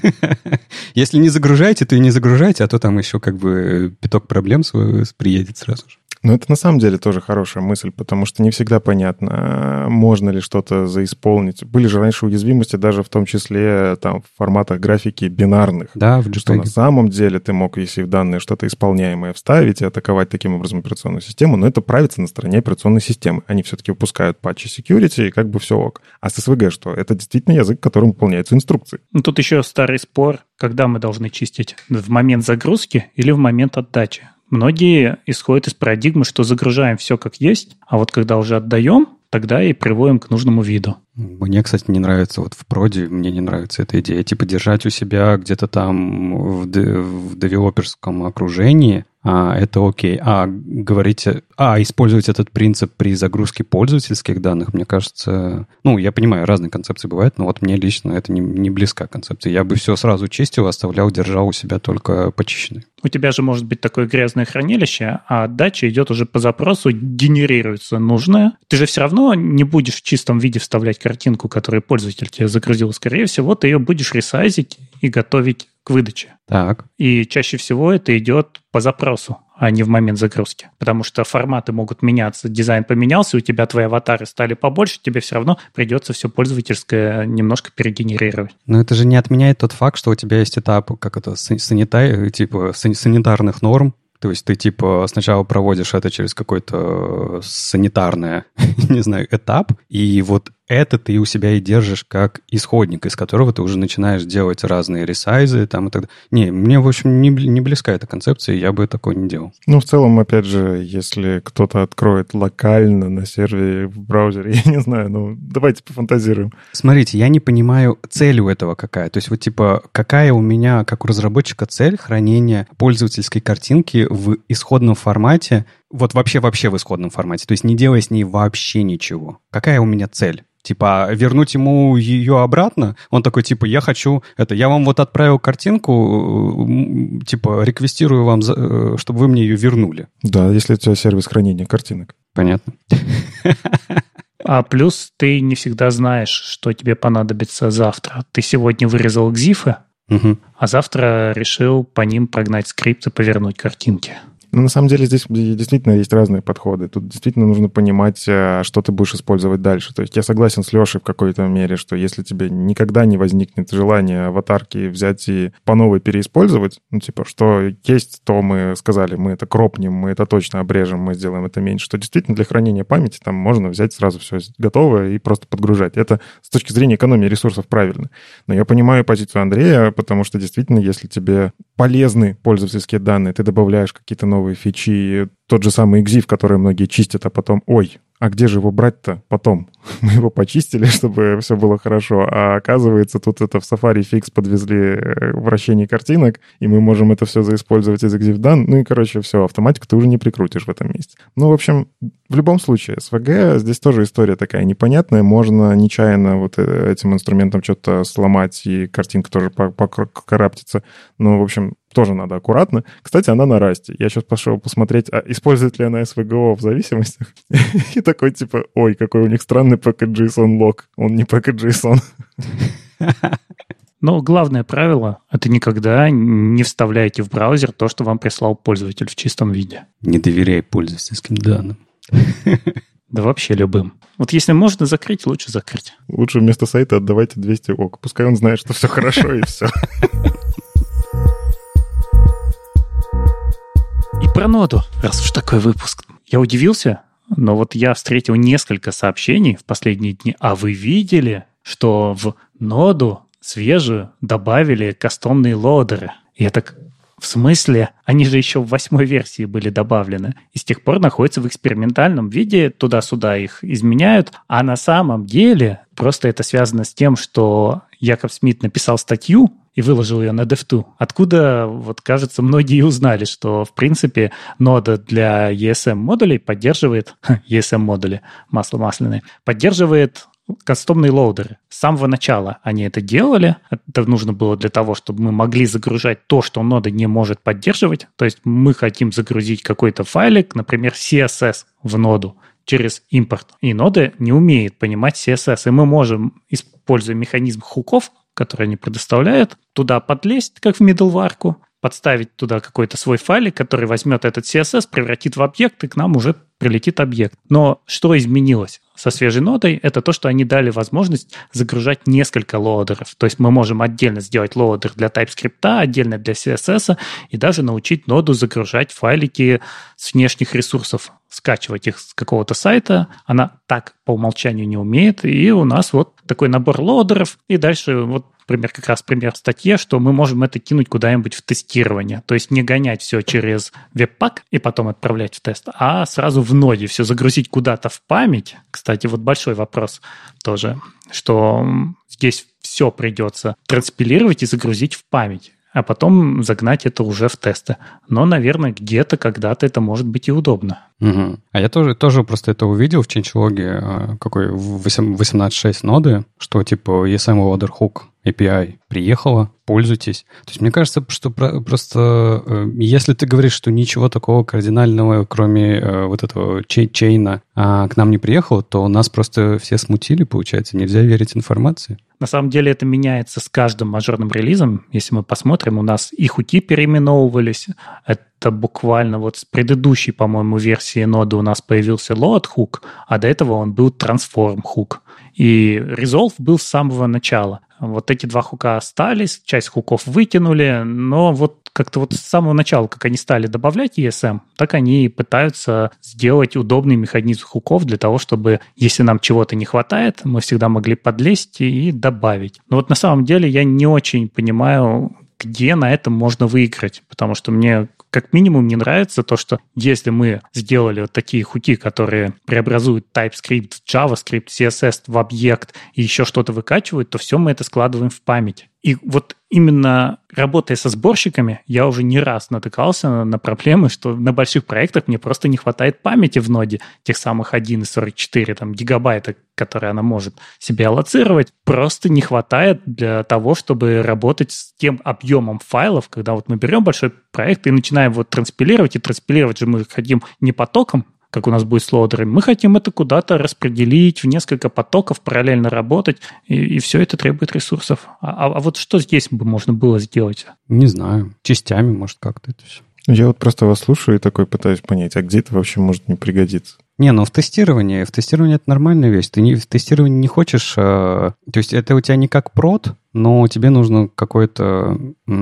C: Если не загружаете, то и не загружайте, а то там еще как бы пяток проблем приедет сразу же.
B: Но это на самом деле тоже хорошая мысль, потому что не всегда понятно, можно ли что-то заисполнить. Были же раньше уязвимости даже в том числе там, в форматах графики бинарных.
C: Да, в джей пи джи.
B: Что на самом деле ты мог, если в данные что-то исполняемое вставить и атаковать таким образом операционную систему, но это правится на стороне операционной системы. Они все-таки выпускают патчи security, и как бы все ок. А с эс ви джи что? Это действительно язык, которым выполняются инструкции.
A: Ну, тут еще старый спор, когда мы должны чистить, в момент загрузки или в момент отдачи. Многие исходят из парадигмы, что загружаем все как есть, а вот когда уже отдаем, тогда и приводим к нужному виду.
C: Мне, кстати, не нравится, вот в проде мне не нравится эта идея, типа держать у себя где-то там в, де- в девелоперском окружении, а, это окей. А говорить, а использовать этот принцип при загрузке пользовательских данных, мне кажется, ну, я понимаю, разные концепции бывают, но вот мне лично это не, не близка концепция. Я бы все сразу чистил, оставлял, держал у себя только почищенный.
A: У тебя же может быть такое грязное хранилище, а отдача идет уже по запросу, генерируется нужное. Ты же все равно не будешь в чистом виде вставлять картинку, которую пользователь тебе загрузил. Скорее всего, ты ее будешь ресайзить и готовить к выдаче.
C: Так.
A: И чаще всего это идет по запросу, а не в момент загрузки. Потому что форматы могут меняться, дизайн поменялся, у тебя твои аватары стали побольше, тебе все равно придется все пользовательское немножко перегенерировать.
C: Но это же не отменяет тот факт, что у тебя есть этап, как это, санитай, типа санитарных норм. То есть ты, типа, сначала проводишь это через какой-то санитарный, не знаю, этап, и вот это ты у себя и держишь как исходник, из которого ты уже начинаешь делать разные ресайзы там и так далее. Не, мне, в общем, не, не близка эта концепция, я бы такое не делал.
B: Ну, в целом, опять же, если кто-то откроет локально на сервере в браузере, я не знаю, ну, давайте пофантазируем.
C: Смотрите, я не понимаю, цель у этого какая. То есть вот, типа, какая у меня, как у разработчика, цель хранения пользовательской картинки в исходном формате, вот вообще-вообще в исходном формате, то есть не делая с ней вообще ничего. Какая у меня цель? Типа, вернуть ему ее обратно? Он такой, типа, я хочу это, я вам вот отправил картинку, типа, реквестирую вам, чтобы вы мне ее вернули.
B: Да, если у тебя сервис хранения картинок.
C: Понятно.
A: А плюс ты не всегда знаешь, что тебе понадобится завтра. Ты сегодня вырезал экзифы, угу. а завтра решил по ним прогнать скрипт и повернуть картинки.
B: Ну, на самом деле, здесь действительно есть разные подходы. Тут действительно нужно понимать, что ты будешь использовать дальше. То есть я согласен с Лешей в какой-то мере, что если тебе никогда не возникнет желание аватарки взять и по новой переиспользовать, ну, типа, что есть, то мы сказали, мы это кропнем, мы это точно обрежем, мы сделаем это меньше, что действительно для хранения памяти там можно взять сразу все готовое и просто подгружать. Это с точки зрения экономии ресурсов правильно. Но я понимаю позицию Андрея, потому что действительно, если тебе полезны пользовательские данные, ты добавляешь какие-то новые фичи, тот же самый экзиф, который многие чистят, а потом, ой, а где же его брать-то потом? Мы его почистили, чтобы все было хорошо, а оказывается, тут это в Safari Fix подвезли вращение картинок, и мы можем это все заиспользовать из ExifDan, ну и, короче, все, автоматику ты уже не прикрутишь в этом месте. Ну, в общем, в любом случае, эс ви джи здесь тоже история такая непонятная, можно нечаянно вот этим инструментом что-то сломать, и картинка тоже покараптится, ну, в общем, тоже надо аккуратно. Кстати, она на Rust. Я сейчас пошел посмотреть, а использует ли она эс ви джи в зависимостях. И такой типа, ой, какой у них странный package.json лог. Он не package.json.
A: Но главное правило — это никогда не вставляйте в браузер то, что вам прислал пользователь в чистом виде.
C: Не доверяй пользовательским данным.
A: Да вообще любым. Вот если можно закрыть, лучше закрыть.
B: Лучше вместо сайта отдавайте двести ок. Пускай он знает, что все хорошо, и все.
A: И про ноду, раз уж такой выпуск. Я удивился, но вот я встретил несколько сообщений в последние дни. А вы видели, что в ноду свежую добавили кастомные лоадеры? Я так, В смысле? Они же еще в восьмой версии были добавлены. И с тех пор находятся в экспериментальном виде, туда-сюда их изменяют. А на самом деле просто это связано с тем, что Якоб Смит написал статью и выложил ее на дев ту, откуда, вот кажется, многие узнали, что, в принципе, нода для и эс эм-модулей поддерживает, и эс эм-модули, масло масляное, поддерживает кастомные лоудеры. С самого начала они это делали. Это нужно было для того, чтобы мы могли загружать то, что нода не может поддерживать. То есть мы хотим загрузить какой-то файлик, например, си эс эс в ноду через импорт. И нода не умеет понимать си эс эс. И мы можем, используя механизм хуков, который они предоставляют, туда подлезть, как в middleware, подставить туда какой-то свой файлик, который возьмет этот си эс эс, превратит в объект, и к нам уже прилетит объект. Но что изменилось со свежей нодой, это то, что они дали возможность загружать несколько лоадеров. То есть мы можем отдельно сделать лоадер для TypeScript, отдельно для си эс эс, и даже научить ноду загружать файлики с внешних ресурсов, скачивать их с какого-то сайта. Она так по умолчанию не умеет, и у нас вот такой набор лоадеров, и дальше вот пример, как раз пример в статье, что мы можем это кинуть куда-нибудь в тестирование. То есть не гонять все через веб-пак и потом отправлять в тест, а сразу в ноде все загрузить куда-то в память. Кстати, вот большой вопрос тоже, что здесь все придется транспилировать и загрузить в память, а потом загнать это уже в тесты. Но, наверное, где-то, когда-то это может быть и удобно.
C: Угу. А я тоже, тоже просто это увидел в changelog, какой восемнадцать точка шесть ноды, что типа и эс эм Loader Hook эй пи ай приехала, пользуйтесь. То есть мне кажется, что просто если ты говоришь, что ничего такого кардинального, кроме вот этого чейна, к нам не приехало, то нас просто все смутили, получается. Нельзя верить информации.
A: На самом деле это меняется с каждым мажорным релизом. Если мы посмотрим, у нас и хуки переименовывались. Это буквально вот с предыдущей, по-моему, версии ноды у нас появился load hook, а до этого он был transform hook. И resolve был с самого начала. Вот эти два хука остались, часть хуков вытянули, но вот как-то вот с самого начала, как они стали добавлять и эс эм, так они пытаются сделать удобный механизм хуков для того, чтобы, если нам чего-то не хватает, мы всегда могли подлезть и добавить. Но вот на самом деле я не очень понимаю, где на этом можно выиграть, потому что мне как минимум не нравится то, что если мы сделали вот такие хуки, которые преобразуют TypeScript в JavaScript, си эс эс в объект и еще что-то выкачивают, то все мы это складываем в память. И вот именно работая со сборщиками, я уже не раз натыкался на, на проблемы, что на больших проектах мне просто не хватает памяти в ноде, тех самых один целых сорок четыре там, гигабайта, которые она может себе аллоцировать, просто не хватает для того, чтобы работать с тем объемом файлов, когда вот мы берем большой проект и начинаем вот транспилировать, и транспилировать же мы хотим не потоком, как у нас будет с лоадерами, мы хотим это куда-то распределить в несколько потоков, параллельно работать, и, и все это требует ресурсов. А, а вот что здесь бы можно было сделать?
C: Не знаю. Частями, может, как-то это все.
B: Я вот просто вас слушаю и такой пытаюсь понять, а где это вообще может не пригодиться?
C: Не, ну в тестировании, в тестировании это нормальная вещь. Ты не, в тестировании не хочешь... Э, то есть это у тебя не как прод, но тебе нужно какое-то,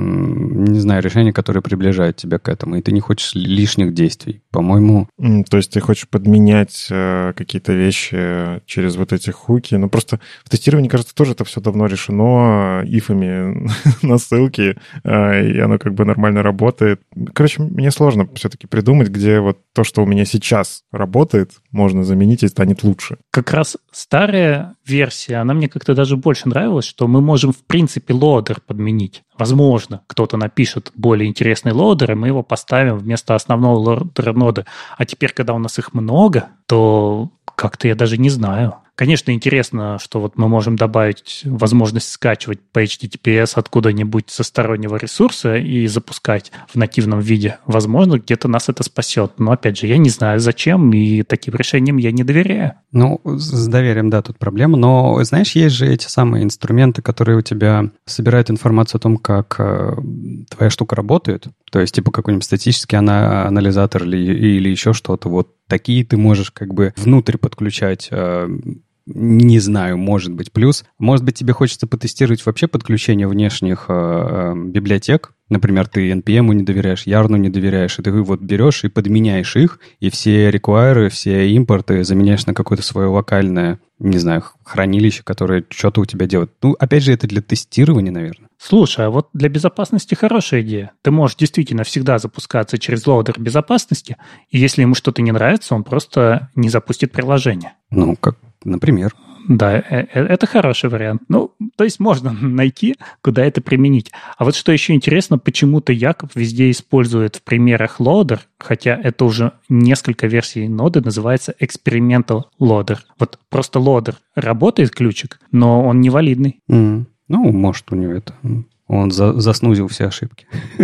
C: м, не знаю, решение, которое приближает тебя к этому, и ты не хочешь лишних действий, по-моему.
B: То есть ты хочешь подменять э, какие-то вещи через вот эти хуки. Ну просто в тестировании, кажется, тоже это все давно решено ифами на ссылки, э, и оно как бы нормально работает. Короче, мне сложно все-таки придумать, где вот то, что у меня сейчас работает, можно заменить и станет лучше.
A: Как раз старая версия, она мне как-то даже больше нравилась, что мы можем, в принципе, лоадер подменить. Возможно, кто-то напишет более интересный лоадер, и мы его поставим вместо основного лоадера ноды. А теперь, когда у нас их много, то как-то я даже не знаю. Конечно, интересно, что вот мы можем добавить возможность скачивать по эйч ти ти пи эс откуда-нибудь со стороннего ресурса и запускать в нативном виде. Возможно, где-то нас это спасет. Но, опять же, я не знаю, зачем, и таким решениям я не доверяю.
C: Ну, с доверием, да, тут проблема. Но, знаешь, есть же эти самые инструменты, которые у тебя собирают информацию о том, как э, твоя штука работает. То есть, типа, какой-нибудь статический анализатор или, или еще что-то. Вот такие ты можешь как бы внутрь подключать э, не знаю, может быть плюс. Может быть, тебе хочется потестировать вообще подключение внешних э, э, библиотек. Например, ты эн пи эм не доверяешь, Yarn не доверяешь, и ты вот берешь и подменяешь их, и все require, все импорты заменяешь на какое-то свое локальное, не знаю, хранилище, которое что-то у тебя делает. Ну, опять же, это для тестирования, наверное.
A: Слушай, а вот для безопасности хорошая идея. Ты можешь действительно всегда запускаться через лоудер безопасности, и если ему что-то не нравится, он просто не запустит приложение.
C: Ну, как, например.
A: Да, это хороший вариант. Ну, то есть можно найти, куда это применить. А вот что еще интересно, почему-то Якоб везде использует в примерах loader, хотя это уже несколько версий ноды, называется experimental loader. Вот просто loader работает ключик, но он невалидный.
C: Mm. Ну, может, у него это... Он за, заснузил все ошибки.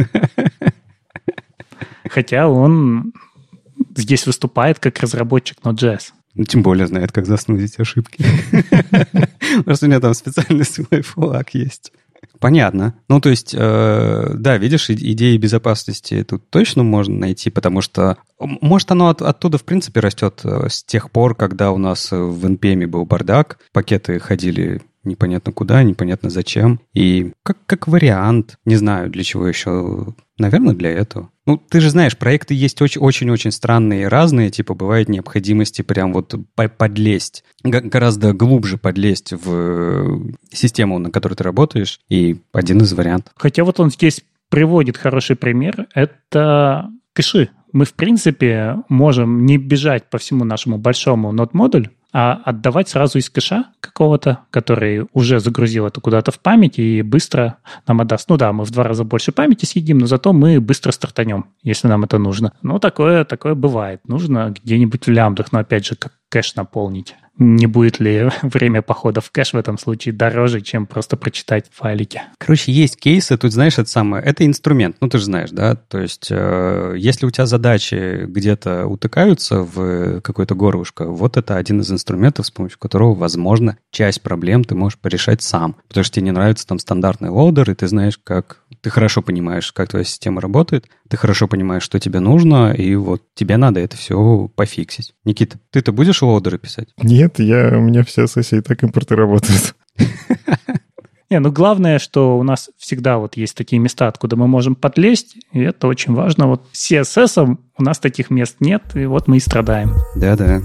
A: Хотя он здесь выступает как разработчик Node.js.
C: Ну, тем более знает, как заснузить ошибки. Просто у меня там специальный свой флаг есть. Понятно. Ну, то есть, э, да, видишь, идеи безопасности тут точно можно найти, потому что, может, оно от, оттуда, в принципе, растет с тех пор, когда у нас в эн пи эм был бардак, пакеты ходили непонятно куда, непонятно зачем. И как, как вариант, не знаю, для чего еще, наверное, для этого. Ну, ты же знаешь, проекты есть очень-очень-очень странные и разные, типа бывает необходимости прям вот подлезть, гораздо глубже подлезть в систему, на которой ты работаешь, и один из вариантов.
A: Хотя вот он здесь приводит хороший пример, это кэши. Мы, в принципе, можем не бежать по всему нашему большому нод-модулю, а отдавать сразу из кэша какого-то, который уже загрузил это куда-то в память и быстро нам отдаст. Ну да, мы в два раза больше памяти съедим, но зато мы быстро стартанем, если нам это нужно. Ну, такое, такое бывает. Нужно где-нибудь в лямбдах, но опять же, как кэш наполнить. Не будет ли время похода в кэш в этом случае дороже, чем просто прочитать файлики?
C: Короче, есть кейсы, тут, знаешь, это самое, это инструмент, ну, ты же знаешь, да, то есть, э, если у тебя задачи где-то утыкаются в какое-то горлышко, вот это один из инструментов, с помощью которого, возможно, часть проблем ты можешь порешать сам, потому что тебе не нравится там стандартный лоудер, и ты знаешь, как, ты хорошо понимаешь, как твоя система работает, ты хорошо понимаешь, что тебе нужно, и вот тебе надо это все пофиксить. Никита, ты-то будешь лоудеры писать?
B: Нет, я, у меня все сессии так импорты работают.
A: Не, ну главное, что у нас всегда вот есть такие места, откуда мы можем подлезть, и это очень важно. Вот с си эс эс у нас таких мест нет, и вот мы и страдаем.
C: Да-да.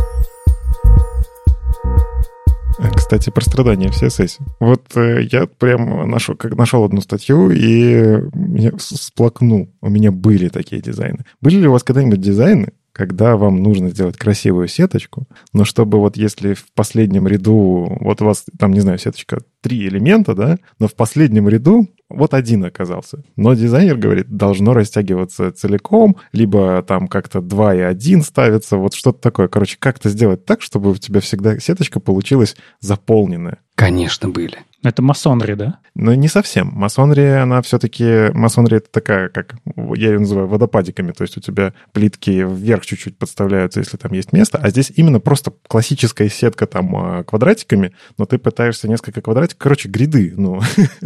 B: Кстати, про страдания в си эс эс. Вот э, я прям нашел, как нашел одну статью и я всплакнул. У меня были такие дизайны. Были ли у вас когда-нибудь дизайны, когда вам нужно сделать красивую сеточку, но чтобы вот если в последнем ряду, вот у вас там, не знаю, сеточка три элемента, да, но в последнем ряду вот один оказался. Но дизайнер говорит, должно растягиваться целиком, либо там как-то два и один ставится, вот что-то такое. Короче, как-то сделать так, чтобы у тебя всегда сеточка получилась заполненная.
C: Конечно, были.
A: Это масонри, да?
B: Но не совсем. Масонри, она все-таки... Масонри — это такая, как я ее называю, водопадиками. То есть у тебя плитки вверх чуть-чуть подставляются, если там есть место. А здесь именно просто классическая сетка там квадратиками, но ты пытаешься несколько квадратиков. Короче, гриды. Ну,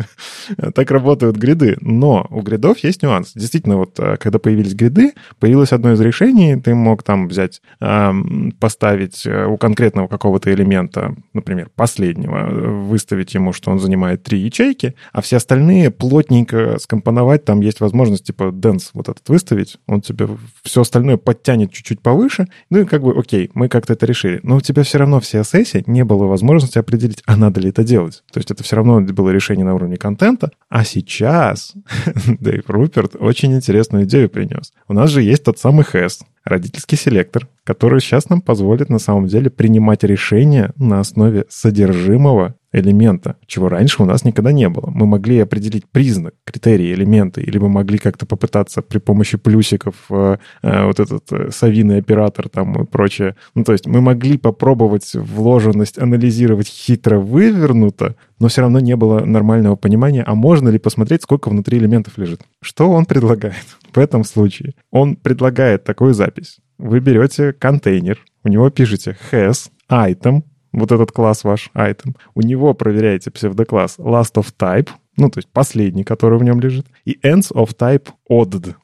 B: так работают гриды. Но у гридов есть нюанс. Действительно, вот когда появились гриды, появилось одно из решений. Ты мог там взять, поставить у конкретного какого-то элемента, например, последнего, выставить ему, что он занимает три ячейки, а все остальные плотненько скомпоновать. Там есть возможность, типа, dense вот этот выставить. Он тебе все остальное подтянет чуть-чуть повыше. Ну и как бы, окей, мы как-то это решили. Но у тебя все равно в си эс эс не было возможности определить, а надо ли это делать. То есть это все равно было решение на уровне контента. А сейчас Дэйв Руперт очень интересную идею принес. У нас же есть тот самый хэс, родительский селектор, который сейчас нам позволит на самом деле принимать решения на основе содержимого элемента, чего раньше у нас никогда не было. Мы могли определить признак, критерии, элементы, или мы могли как-то попытаться при помощи плюсиков э, э, вот этот э, совиный оператор там и прочее. Ну, то есть мы могли попробовать вложенность анализировать хитро вывернуто, но все равно не было нормального понимания, а можно ли посмотреть, сколько внутри элементов лежит. Что он предлагает в этом случае? Он предлагает такую запись. Вы берете контейнер, у него пишете has item, вот этот класс ваш item, у него проверяете псевдокласс last of type, ну, то есть последний, который в нем лежит, и ends of type odded,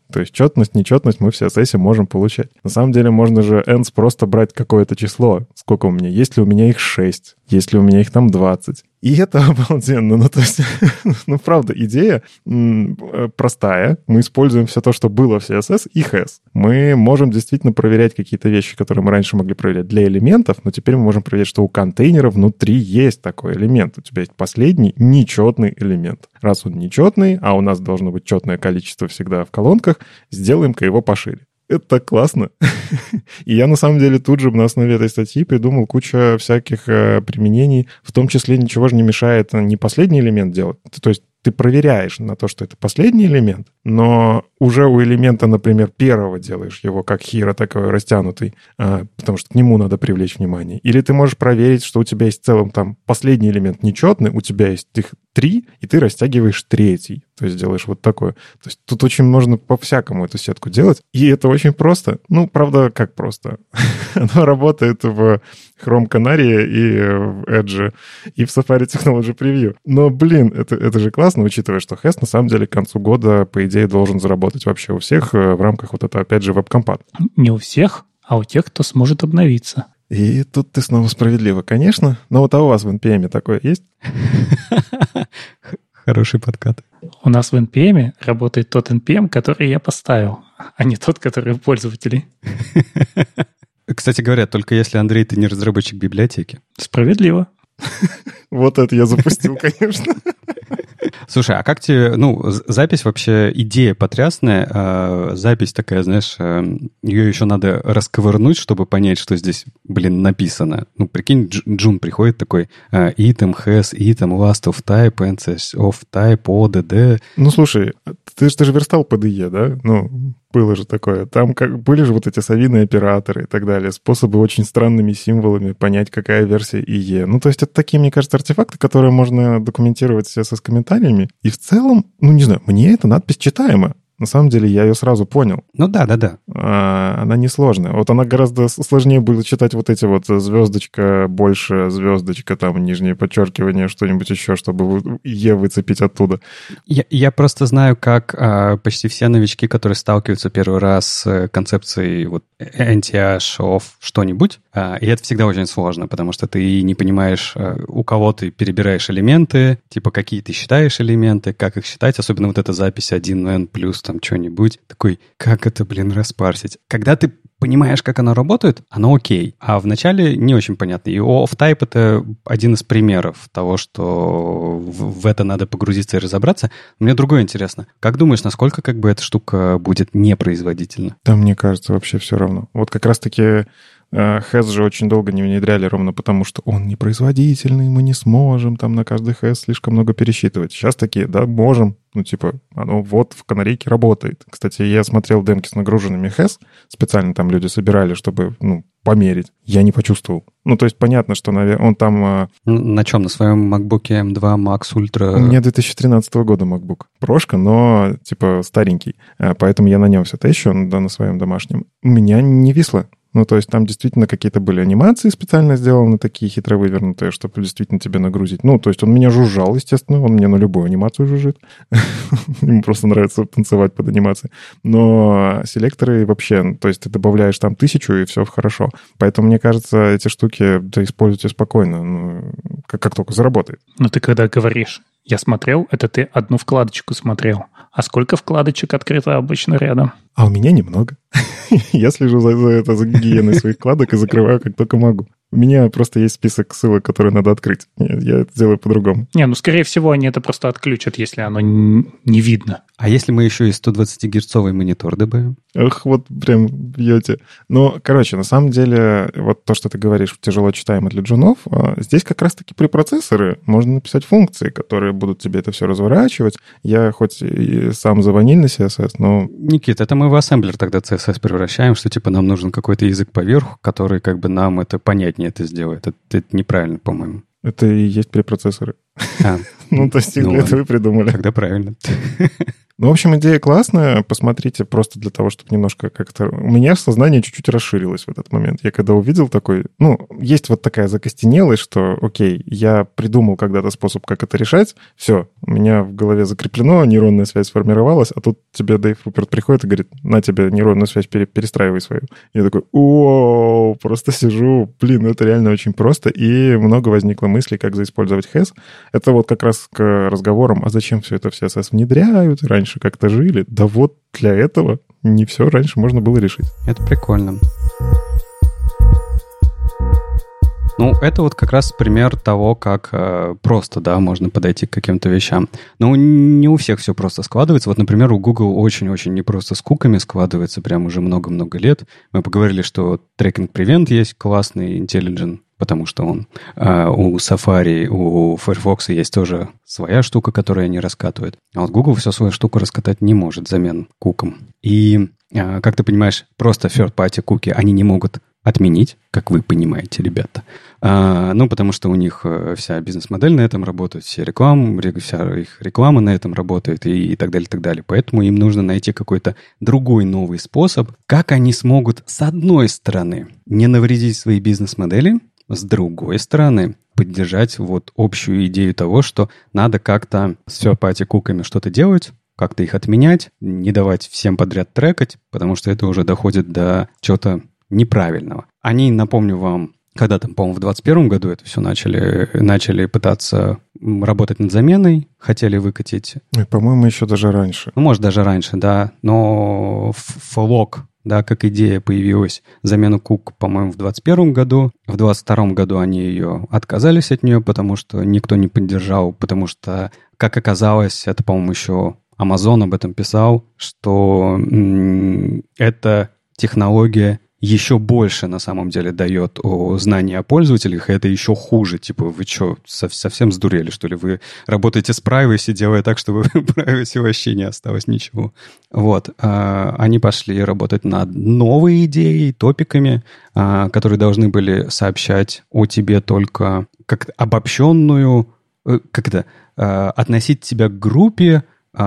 B: То есть четность, нечетность мы в си эс эс можем получать. На самом деле можно же ends просто брать какое-то число. Сколько у меня? Есть ли у меня их шесть? Есть ли у меня их там двадцать? И это обалденно. Ну, то есть, ну, правда, идея м, простая. Мы используем все то, что было в си эс эс и has. Мы можем действительно проверять какие-то вещи, которые мы раньше могли проверять для элементов, но теперь мы можем проверять, что у контейнера внутри есть такой элемент. У тебя есть последний нечетный элемент. Раз он нечетный, а у нас должно быть четное количество всегда в колонках, сделаем-ка его пошире. Это так классно. И я, на самом деле, тут же на основе этой статьи придумал кучу всяких э, применений. В том числе ничего же не мешает не последний элемент делать. То есть ты проверяешь на то, что это последний элемент, но уже у элемента, например, первого делаешь его как hero такой растянутый, э, потому что к нему надо привлечь внимание. Или ты можешь проверить, что у тебя есть в целом там последний элемент нечетный, у тебя есть их три, и ты растягиваешь третий. То есть делаешь вот такое. То есть тут очень можно по-всякому эту сетку делать. И это очень просто. Ну, правда, как просто? Оно работает в Chrome Canary и в Edge, и в Safari Technology Preview. Но, блин, это, это же классно, учитывая, что хэс на самом деле к концу года, по идее, должен заработать вообще у всех в рамках вот этого, опять же, веб-компат.
A: Не у всех, а у тех, кто сможет обновиться.
B: И тут ты снова справедливо, конечно. Но вот а у вас в эн пи эм такое есть?
C: Хороший подкат.
A: У нас в эн пи эм работает тот эн пи эм, который я поставил, а не тот, который у пользователей.
C: Кстати говоря, только если, Андрей, ты не разработчик библиотеки.
A: Справедливо.
B: Вот это я запустил, конечно.
C: Слушай, а как тебе, ну, запись вообще, идея потрясная, а запись такая, знаешь, ее еще надо расковырнуть, чтобы понять, что здесь, блин, написано. Ну, прикинь, Джун приходит такой, item has, item last of type, ends of type, odd.
B: Ну, слушай, ты, ты же верстал пи ди и, да? Ну, было же такое. Там как были же вот эти совиные операторы и так далее, способы очень странными символами понять, какая версия и и. Ну, то есть это такие, мне кажется, артефакты, которые можно документировать все с комментариями. И в целом, ну, не знаю, мне эта надпись читаема. На самом деле я ее сразу понял.
C: Ну да, да, да.
B: А, она несложная. Вот она гораздо сложнее будет читать вот эти вот звездочка, больше звездочка, там нижнее подчеркивание, что-нибудь еще, чтобы «е» выцепить оттуда.
C: Я, я просто знаю, как а, почти все новички, которые сталкиваются первый раз с концепцией вот anti-hash of что-нибудь, а, и это всегда очень сложно, потому что ты не понимаешь, а, у кого ты перебираешь элементы, типа какие ты считаешь элементы, как их считать, особенно вот эта запись один эн плюс там что-нибудь. Такой, как это, блин, распарсить? Когда ты понимаешь, как оно работает, оно окей. А вначале не очень понятно. И off-type — это один из примеров того, что в, в это надо погрузиться и разобраться. Мне другое интересно. Как думаешь, насколько как бы эта штука будет непроизводительна?
B: Да, мне кажется, вообще все равно. Вот как раз-таки хэс же очень долго не внедряли ровно потому, что он непроизводительный, мы не сможем там на каждый хэс слишком много пересчитывать. Сейчас такие, да, можем. Ну, типа, оно вот в канарейке работает. Кстати, я смотрел демки с нагруженными хэс. Специально там люди собирали, чтобы, ну, померить. Я не почувствовал. Ну, то есть понятно, что, наверное, он там...
C: На чем? На своем MacBook эм два Max Ultra?
B: У меня две тысячи тринадцатого года MacBook. Прошка, но, типа, старенький. Поэтому я на нем все тещу, да, на своем домашнем. У меня не висло. Ну, то есть там действительно какие-то были анимации специально сделаны, такие хитро вывернутые, чтобы действительно тебе нагрузить. Ну, то есть он меня жужжал, естественно, он мне на любую анимацию жужжит. Ему просто нравится танцевать под анимацией. Но селекторы вообще, то есть ты добавляешь там тысячу, и все хорошо. Поэтому, мне кажется, эти штуки да, используйте спокойно, ну, как, как только заработает.
A: Но ты когда говоришь, я смотрел, это ты одну вкладочку смотрел. А сколько вкладочек открыто обычно рядом?
B: А у меня немного. Я слежу за, за, это, за гигиеной своих вкладок и закрываю, как только могу. У меня просто есть список ссылок, которые надо открыть. Нет, я это делаю по-другому.
A: Не, ну, скорее всего, они это просто отключат, если оно не видно.
C: А если мы еще и сто двадцатигерцовый монитор добавим?
B: Эх, вот прям бьете. Ну, короче, на самом деле, вот то, что ты говоришь, тяжело читаемо для джунов, здесь как раз-таки при процессоры можно написать функции, которые будут тебе это все разворачивать. Я хоть и сам за ванильный си эс эс, но...
C: Никит, это мы в ассемблер тогда си эс эс превращаем, что типа нам нужен какой-то язык поверху, который как бы нам это понятнее это сделает. Это, это неправильно, по-моему.
B: Это и есть препроцессоры.
C: А,
B: ну, то есть их
C: ну,
B: для этого и придумали.
C: Тогда правильно.
B: Ну, в общем, идея классная. Посмотрите просто для того, чтобы немножко как-то... У меня сознание чуть-чуть расширилось в этот момент. Я когда увидел такой... Ну, есть вот такая закостенелость, что, окей, я придумал когда-то способ, как это решать. Все, у меня в голове закреплено, нейронная связь сформировалась, а тут тебе Дэйв Руперт приходит и говорит, на тебе нейронную связь пере- перестраивай свою. Я такой, о, просто сижу, блин, это реально очень просто. И много возникло мыслей, как заиспользовать хэс. Это вот как раз к разговорам, а зачем все это в си эс эс внедряют, раньше как-то жили. Да вот для этого не все раньше можно было решить.
C: Это прикольно. Ну, это вот как раз пример того, как э, просто, да, можно подойти к каким-то вещам. Но не у всех все просто складывается. Вот, например, у Google очень-очень непросто с куками складывается прям уже много-много лет. Мы поговорили, что Tracking Prevent есть классный, Intelligent, потому что он э, у Safari, у Firefox есть тоже своя штука, которую они раскатывают. А вот Google всю свою штуку раскатать не может взамен кукам. И, э, как ты понимаешь, просто third-party куки они не могут отменить, как вы понимаете, ребята. А, ну, потому что у них вся бизнес-модель на этом работает, все рекламы, вся их реклама на этом работает и, и так далее, и так далее. Поэтому им нужно найти какой-то другой новый способ, как они смогут, с одной стороны, не навредить своей бизнес-модели, с другой стороны, поддержать вот общую идею того, что надо как-то с third-party куками что-то делать, как-то их отменять, не давать всем подряд трекать, потому что это уже доходит до чего-то неправильного. Они, напомню вам, когда там, по-моему, в двадцать первом году это все начали, начали пытаться работать над заменой, хотели выкатить.
B: И, по-моему, еще даже раньше.
C: Ну, может, даже раньше, да. Но флок, да, как идея появилась, замену кук, по-моему, в двадцать первом году. В двадцать втором году они ее отказались от нее, потому что никто не поддержал, потому что, как оказалось, это, по-моему, еще Amazon об этом писал, что м- это технология еще больше на самом деле дает о знании о пользователях, и это еще хуже. Типа, вы что, совсем сдурели, что ли? Вы работаете с privacy, делая так, чтобы в privacy вообще не осталось ничего. Вот. Они пошли работать над новой идеей, топиками, которые должны были сообщать о тебе только как обобщенную, как это, относить тебя к группе,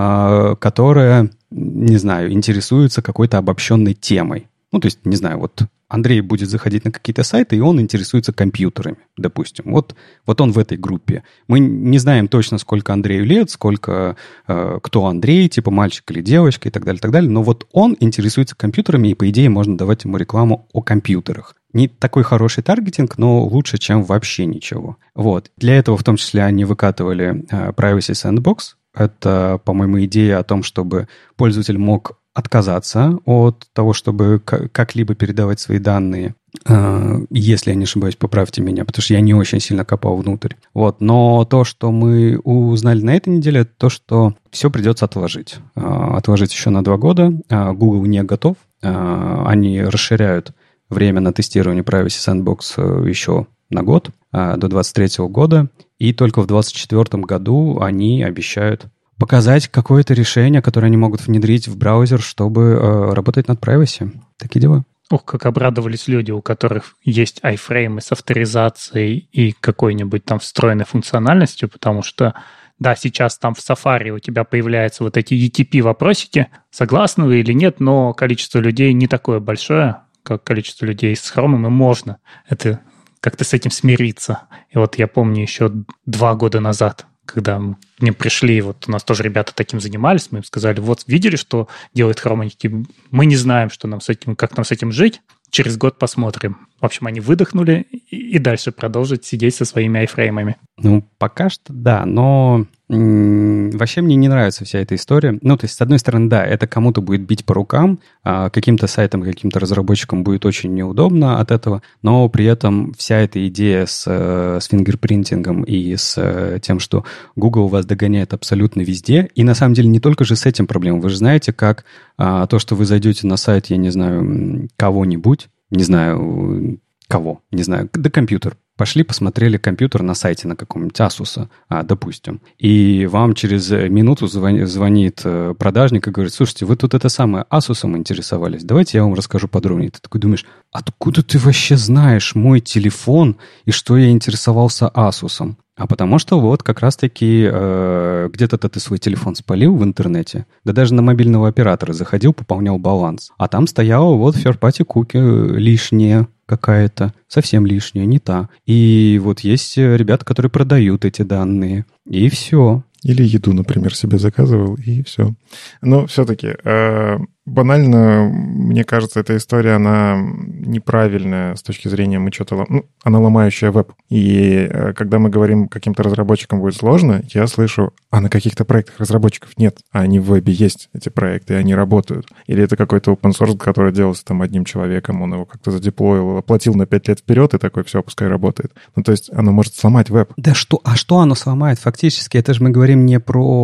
C: которая, не знаю, интересуется какой-то обобщенной темой. Ну, то есть, не знаю, вот Андрей будет заходить на какие-то сайты, и он интересуется компьютерами, допустим. Вот, вот он в этой группе. Мы не знаем точно, сколько Андрею лет, сколько, э, кто Андрей, типа мальчик или девочка и так далее, так далее. Но вот он интересуется компьютерами, и, по идее, можно давать ему рекламу о компьютерах. Не такой хороший таргетинг, но лучше, чем вообще ничего. Вот. Для этого, в том числе, они выкатывали э, Privacy Sandbox. Это, по-моему, идея о том, чтобы пользователь мог отказаться от того, чтобы как-либо передавать свои данные. Если я не ошибаюсь, поправьте меня, потому что я не очень сильно копал внутрь. Вот. Но то, что мы узнали на этой неделе, это то, что все придется отложить. Отложить еще на два года. Google не готов. Они расширяют время на тестирование Privacy Sandbox еще на год, до двадцать третьего года. И только в двадцать четвёртом году они обещают показать какое-то решение, которое они могут внедрить в браузер, чтобы э, работать над privacy. Такие дела.
A: Ох, как обрадовались люди, у которых есть айфреймы с авторизацией и какой-нибудь там встроенной функциональностью, потому что, да, сейчас там в Safari у тебя появляются вот эти ю ти пи-вопросики, согласны вы или нет, но количество людей не такое большое, как количество людей с Chrome, и можно это как-то с этим смириться. И вот я помню еще два года назад, когда мне пришли, вот у нас тоже ребята таким занимались, мы им сказали, вот видели, что делает Chrome, они такие, мы не знаем, что нам с этим, как нам с этим жить, через год посмотрим. В общем, они выдохнули и, и дальше продолжат сидеть со своими айфреймами.
C: Ну, пока что да, но м- вообще мне не нравится вся эта история. Ну, то есть, с одной стороны, да, это кому-то будет бить по рукам, а каким-то сайтам, каким-то разработчикам будет очень неудобно от этого, но при этом вся эта идея с, с фингерпринтингом и с тем, что Google вас догоняет абсолютно везде, и на самом деле не только же с этим проблемой. Вы же знаете, как а, то, что вы зайдете на сайт, я не знаю, кого-нибудь, не знаю, кого, не знаю, да компьютер. Пошли, посмотрели компьютер на сайте на каком-нибудь Asus, а, допустим, и вам через минуту звонит, звонит продажник и говорит, слушайте, вы тут это самое Asus интересовались, давайте я вам расскажу подробнее. Ты такой думаешь, откуда ты вообще знаешь мой телефон и что я интересовался Asus? А потому что вот как раз-таки э, где-то ты свой телефон спалил в интернете, да даже на мобильного оператора заходил, пополнял баланс, а там стояла вот third-party cookie лишняя какая-то, совсем лишняя, не та. И вот есть ребята, которые продают эти данные, и все.
B: Или еду, например, себе заказывал, и все. Но все-таки э, банально, мне кажется, эта история, она неправильная с точки зрения мы что-то... лом- Ну, она ломающая веб. И э, когда мы говорим, каким-то разработчикам будет сложно, я слышу, а на каких-то проектах разработчиков нет, а они в вебе есть, эти проекты, и они работают. Или это какой-то open source, который делался там одним человеком, он его как-то задеплоил, оплатил на пять лет вперед, и такой, все, пускай работает. Ну, то есть оно может сломать веб.
C: Да что, а что оно сломает? Фактически, это же мы говорим не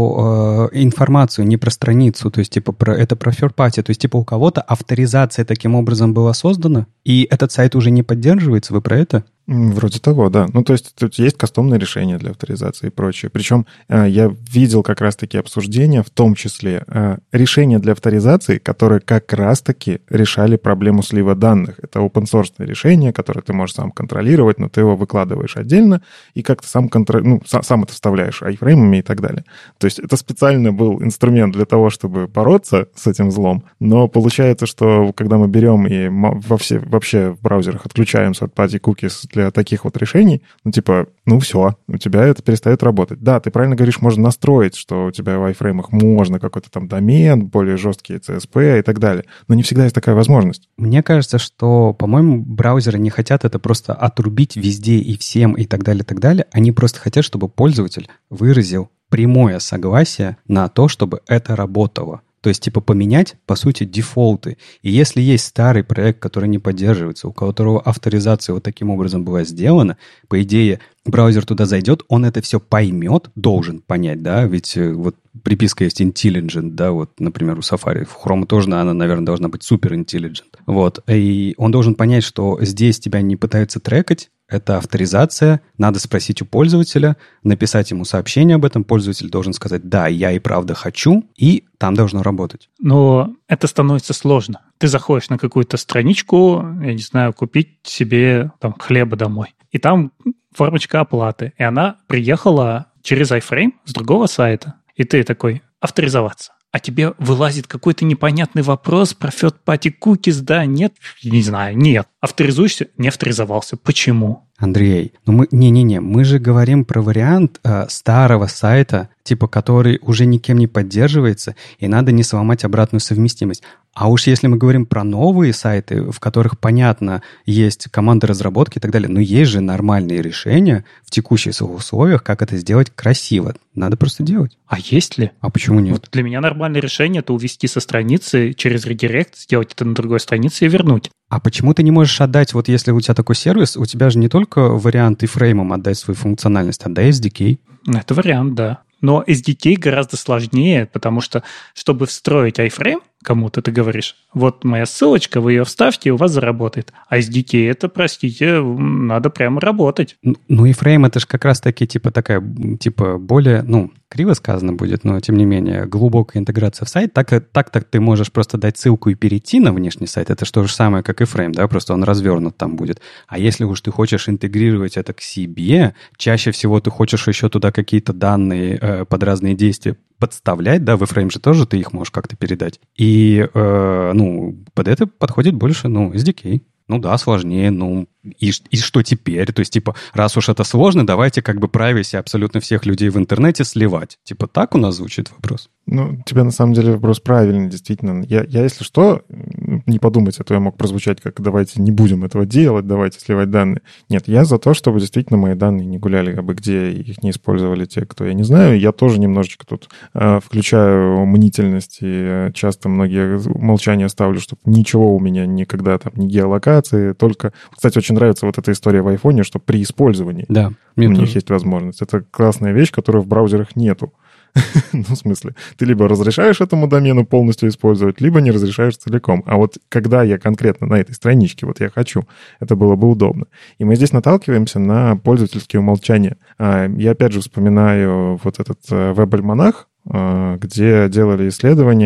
C: про э, информацию, не про страницу, то есть типа про, это про third party, то есть типа у кого-то авторизация таким образом была создана, и этот сайт уже не поддерживается, вы про это?
B: Вроде того, да. Ну, то есть тут есть кастомные решения для авторизации и прочее. Причем я видел как раз-таки обсуждения, в том числе решения для авторизации, которые как раз-таки решали проблему слива данных. Это open-source решение, которое ты можешь сам контролировать, но ты его выкладываешь отдельно и как-то сам, контр... ну, сам это вставляешь айфреймами и так далее. То есть это специально был инструмент для того, чтобы бороться с этим злом, но получается, что когда мы берем и во все, вообще в браузерах отключаем third-party cookies для таких вот решений, ну, типа, ну, все, у тебя это перестает работать. Да, ты правильно говоришь, можно настроить, что у тебя в айфреймах можно какой-то там домен, более жесткие си эс пи и так далее, но не всегда есть такая возможность.
C: Мне кажется, что, по-моему, браузеры не хотят это просто отрубить везде и всем и так далее, и так далее. Они просто хотят, чтобы пользователь выразил прямое согласие на то, чтобы это работало. То есть, типа, поменять, по сути, дефолты. И если есть старый проект, который не поддерживается, у которого авторизация вот таким образом была сделана, по идее, браузер туда зайдет, он это все поймет, должен понять, да, ведь вот приписка есть intelligent, да, вот, например, у Safari, в Chrome тоже она, наверное, должна быть super intelligent. Вот, и он должен понять, что здесь тебя не пытаются трекать, это авторизация, надо спросить у пользователя, написать ему сообщение об этом, пользователь должен сказать, да, я и правда хочу, и там должно работать.
A: Но это становится сложно. Ты заходишь на какую-то страничку, я не знаю, купить себе там хлеба домой, и там формочка оплаты, и она приехала через iFrame с другого сайта, и ты такой, авторизоваться. А тебе вылазит какой-то непонятный вопрос про third-party cookies, да, нет, не знаю, нет. Авторизуешься? Не авторизовался. Почему?
C: Андрей, ну мы, не-не-не, мы же говорим про вариант э, старого сайта, типа, который уже никем не поддерживается, и надо не сломать обратную совместимость. А уж если мы говорим про новые сайты, в которых, понятно, есть команды разработки и так далее, но есть же нормальные решения в текущих условиях, как это сделать красиво. Надо просто делать.
A: А есть ли?
C: А почему нет?
A: Вот для меня нормальное решение — это увести со страницы через редирект, сделать это на другой странице и вернуть.
C: А почему ты не можешь отдать, вот если у тебя такой сервис, у тебя же не только вариант и фреймом отдать свою функциональность, отдай эс ди кей.
A: Это вариант, да. Но эс ди кей гораздо сложнее, потому что, чтобы встроить iFrame, кому-то ты говоришь, вот моя ссылочка, вы ее вставьте, и у вас заработает. А эс ди кей — это, простите, надо прямо работать.
C: Ну и фрейм — это же как раз-таки типа такая, типа более, ну, криво сказано будет, но тем не менее, глубокая интеграция в сайт. Так, так-то ты можешь просто дать ссылку и перейти на внешний сайт. Это же то же самое, как и фрейм, да, просто он развернут там будет. А если уж ты хочешь интегрировать это к себе, чаще всего ты хочешь еще туда какие-то данные э, под разные действия подставлять, да, в iframe же тоже ты их можешь как-то передать. И, э, ну, под это подходит больше, ну, эс ди кей. Ну да, сложнее, ну, и, и что теперь? То есть, типа, раз уж это сложно, давайте как бы privacy абсолютно всех людей в интернете сливать. Типа, так у нас звучит вопрос?
B: Ну, у тебя на самом деле вопрос правильный, действительно. Я, я, если что, не подумайте, а то я мог прозвучать как «давайте не будем этого делать, давайте сливать данные». Нет, я за то, чтобы действительно мои данные не гуляли абы где, их не использовали те, кто я не знаю. Я тоже немножечко тут э, включаю мнительность, и часто многие молчания ставлю, чтобы ничего у меня никогда там не геолокации, только... Кстати, очень нравится вот эта история в айфоне, что при использовании
C: да,
B: у них тоже есть возможность. Это классная вещь, которую в браузерах нету. Ну, в смысле, ты либо разрешаешь этому домену полностью использовать, либо не разрешаешь целиком. А вот когда я конкретно на этой страничке, вот я хочу, это было бы удобно. И мы здесь наталкиваемся на пользовательские умолчания. Я опять же вспоминаю вот этот WebAlmanach, где делали исследования,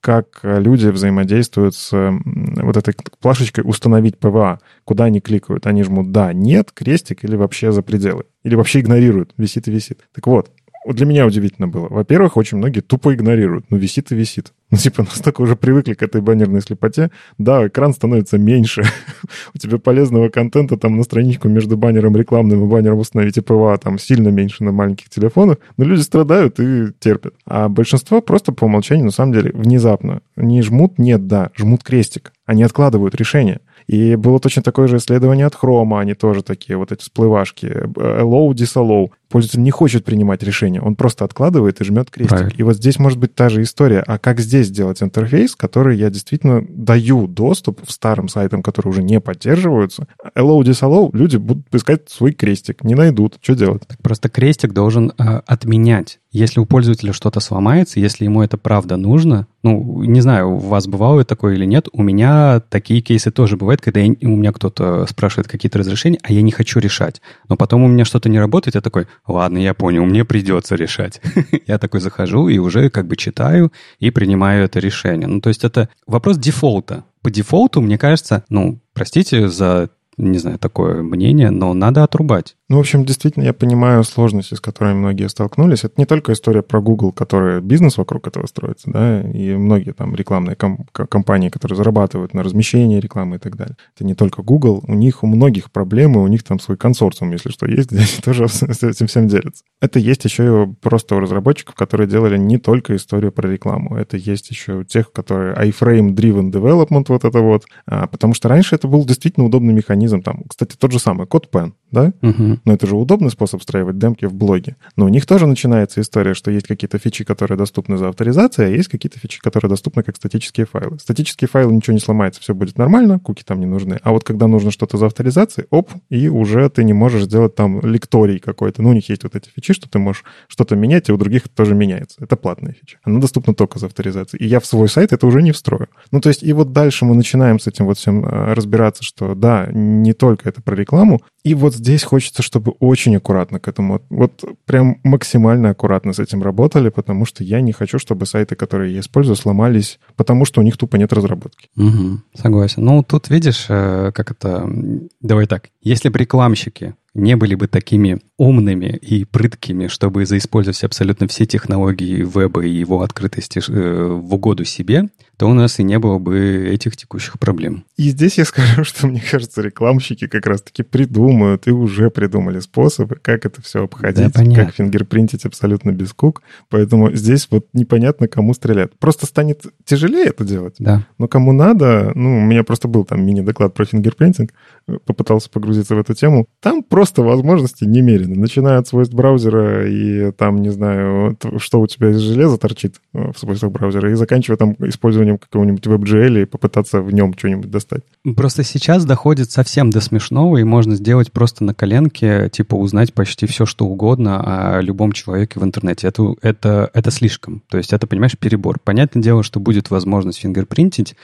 B: как люди взаимодействуют с вот этой плашечкой «Установить ПВА», куда они кликают. Они жмут «Да», «Нет», крестик или вообще за пределы. Или вообще игнорируют, висит и висит. Так вот, для меня удивительно было. Во-первых, очень многие тупо игнорируют. Ну, висит и висит. Ну, типа, настолько уже привыкли к этой баннерной слепоте. Да, экран становится меньше. У тебя полезного контента там на страничку между баннером рекламным и баннером «Установите ПВА» там сильно меньше на маленьких телефонах. Но люди страдают и терпят. А большинство просто по умолчанию, на самом деле, внезапно не жмут «Нет», «Да», жмут крестик. Они откладывают решение. И было точно такое же исследование от Chrome, они тоже такие вот эти всплывашки. Allow, disallow. Пользователь не хочет принимать решение, он просто откладывает и жмет крестик. Правильно. И вот здесь может быть та же история. А как здесь сделать интерфейс, который я действительно даю доступ в старым сайтам, которые уже не поддерживаются? Allow, disallow, люди будут искать свой крестик, не найдут. Что делать?
C: Так просто крестик должен э, отменять. Если у пользователя что-то сломается, если ему это правда нужно, ну, не знаю, у вас бывало такое или нет, у меня такие кейсы тоже бывают, когда я, у меня кто-то спрашивает какие-то разрешения, а я не хочу решать. Но потом у меня что-то не работает, я такой, ладно, я понял, мне придется решать. Я такой захожу и уже как бы читаю и принимаю это решение. Ну, то есть это вопрос дефолта. По дефолту, мне кажется, ну, простите за... не знаю, такое мнение, но надо отрубать.
B: Ну, в общем, действительно, я понимаю сложности, с которыми многие столкнулись. Это не только история про Google, который бизнес вокруг этого строится, да, и многие там рекламные ком- компании, которые зарабатывают на размещении рекламы и так далее. Это не только Google, у них у многих проблемы, у них там свой консорциум, если что, есть, где они тоже с этим всем делятся. Это есть еще и просто у разработчиков, которые делали не только историю про рекламу. Это есть еще у тех, которые iframe-driven development, вот это вот. А, потому что раньше это был действительно удобный механизм. Там, кстати, тот же самый CodePen, да? Uh-huh. Но это же удобный способ встраивать демки в блоге. Но у них тоже начинается история, что есть какие-то фичи, которые доступны за авторизацией, а есть какие-то фичи, которые доступны как статические файлы. Статические файлы, ничего не сломается, все будет нормально, куки там не нужны. А вот когда нужно что-то за авторизацией, оп, и уже ты не можешь сделать там лекторий какой-то. Ну, у них есть вот эти фичи, что ты можешь что-то менять, и у других это тоже меняется. Это платная фича. Она доступна только за авторизацией. И я в свой сайт это уже не встрою. Ну, то есть, и вот дальше мы начинаем с этим вот всем разбираться, что да, не только это про рекламу. И вот здесь хочется, чтобы очень аккуратно к этому, вот прям максимально аккуратно с этим работали, потому что я не хочу, чтобы сайты, которые я использую, сломались, потому что у них тупо нет разработки.
C: Угу, согласен. Ну, тут видишь, как это... Давай так. Если бы рекламщики не были бы такими умными и прыткими, чтобы заиспользовать абсолютно все технологии веба и его открытости в угоду себе, то у нас и не было бы этих текущих проблем.
B: И здесь я скажу, что, мне кажется, рекламщики как раз-таки придумают и уже придумали способы, как это все обходить, да, как фингерпринтить абсолютно без кук. Поэтому здесь вот непонятно, кому стрелять. Просто станет тяжелее это делать.
C: Да.
B: Но кому надо... Ну, у меня просто был там мини-доклад про фингерпринтинг, попытался погрузиться в эту тему. Там просто возможности немерено. Начиная от свойств браузера и там, не знаю, что у тебя из железа торчит в свойствах браузера, и заканчивая там использованием какого-нибудь WebGL и попытаться в нем что-нибудь достать.
C: Просто сейчас доходит совсем до смешного, и можно сделать просто на коленке, типа узнать почти все, что угодно о любом человеке в интернете. Это, это, это слишком. То есть это, понимаешь, перебор. Понятное дело, что будет возможность фингерпринтить,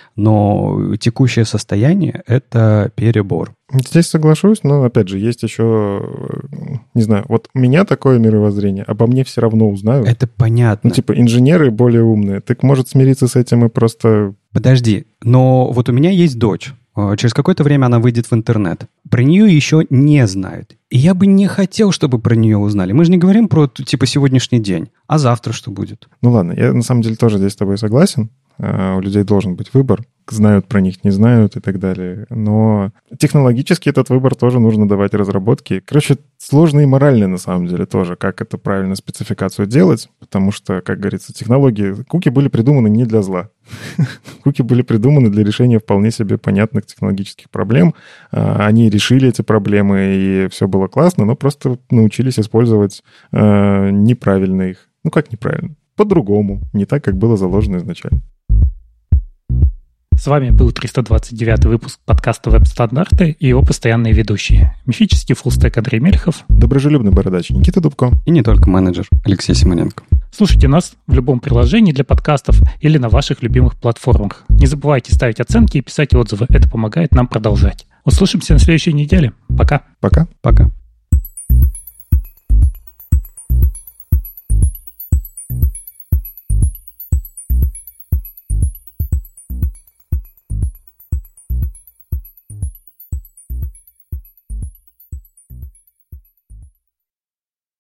C: но текущее состояние — это перебор.
B: Здесь соглашусь, но, опять же, есть еще, не знаю, вот у меня такое мировоззрение, обо мне все равно узнают.
C: Это понятно.
B: Ну, типа, инженеры более умные. Так может смириться с этим и просто...
C: Подожди, но вот у меня есть дочь. Через какое-то время она выйдет в интернет. Про нее еще не знают. И я бы не хотел, чтобы про нее узнали. Мы же не говорим про, типа, сегодняшний день. А завтра что будет?
B: Ну ладно, я на самом деле тоже здесь с тобой согласен. У людей должен быть выбор. Знают про них, не знают и так далее. Но технологически этот выбор тоже нужно давать разработке. Короче, сложно и морально на самом деле тоже, как это правильно спецификацию делать, потому что, как говорится, технологии, куки были придуманы не для зла. Куки были придуманы для решения вполне себе понятных технологических проблем. Они решили эти проблемы, и все было классно, но просто научились использовать неправильно их. Ну, как неправильно? По-другому, не так, как было заложено изначально.
A: С вами был триста двадцать девятый выпуск подкаста «Веб-стандарты» и его постоянные ведущие. Мифический фуллстек Андрей Мельхов.
B: Доброжелюбный бородач Никита Дубко.
C: И не только менеджер Алексей Симоненко.
A: Слушайте нас в любом приложении для подкастов или на ваших любимых платформах. Не забывайте ставить оценки и писать отзывы. Это помогает нам продолжать. Услышимся на следующей неделе. Пока.
B: Пока.
C: Пока.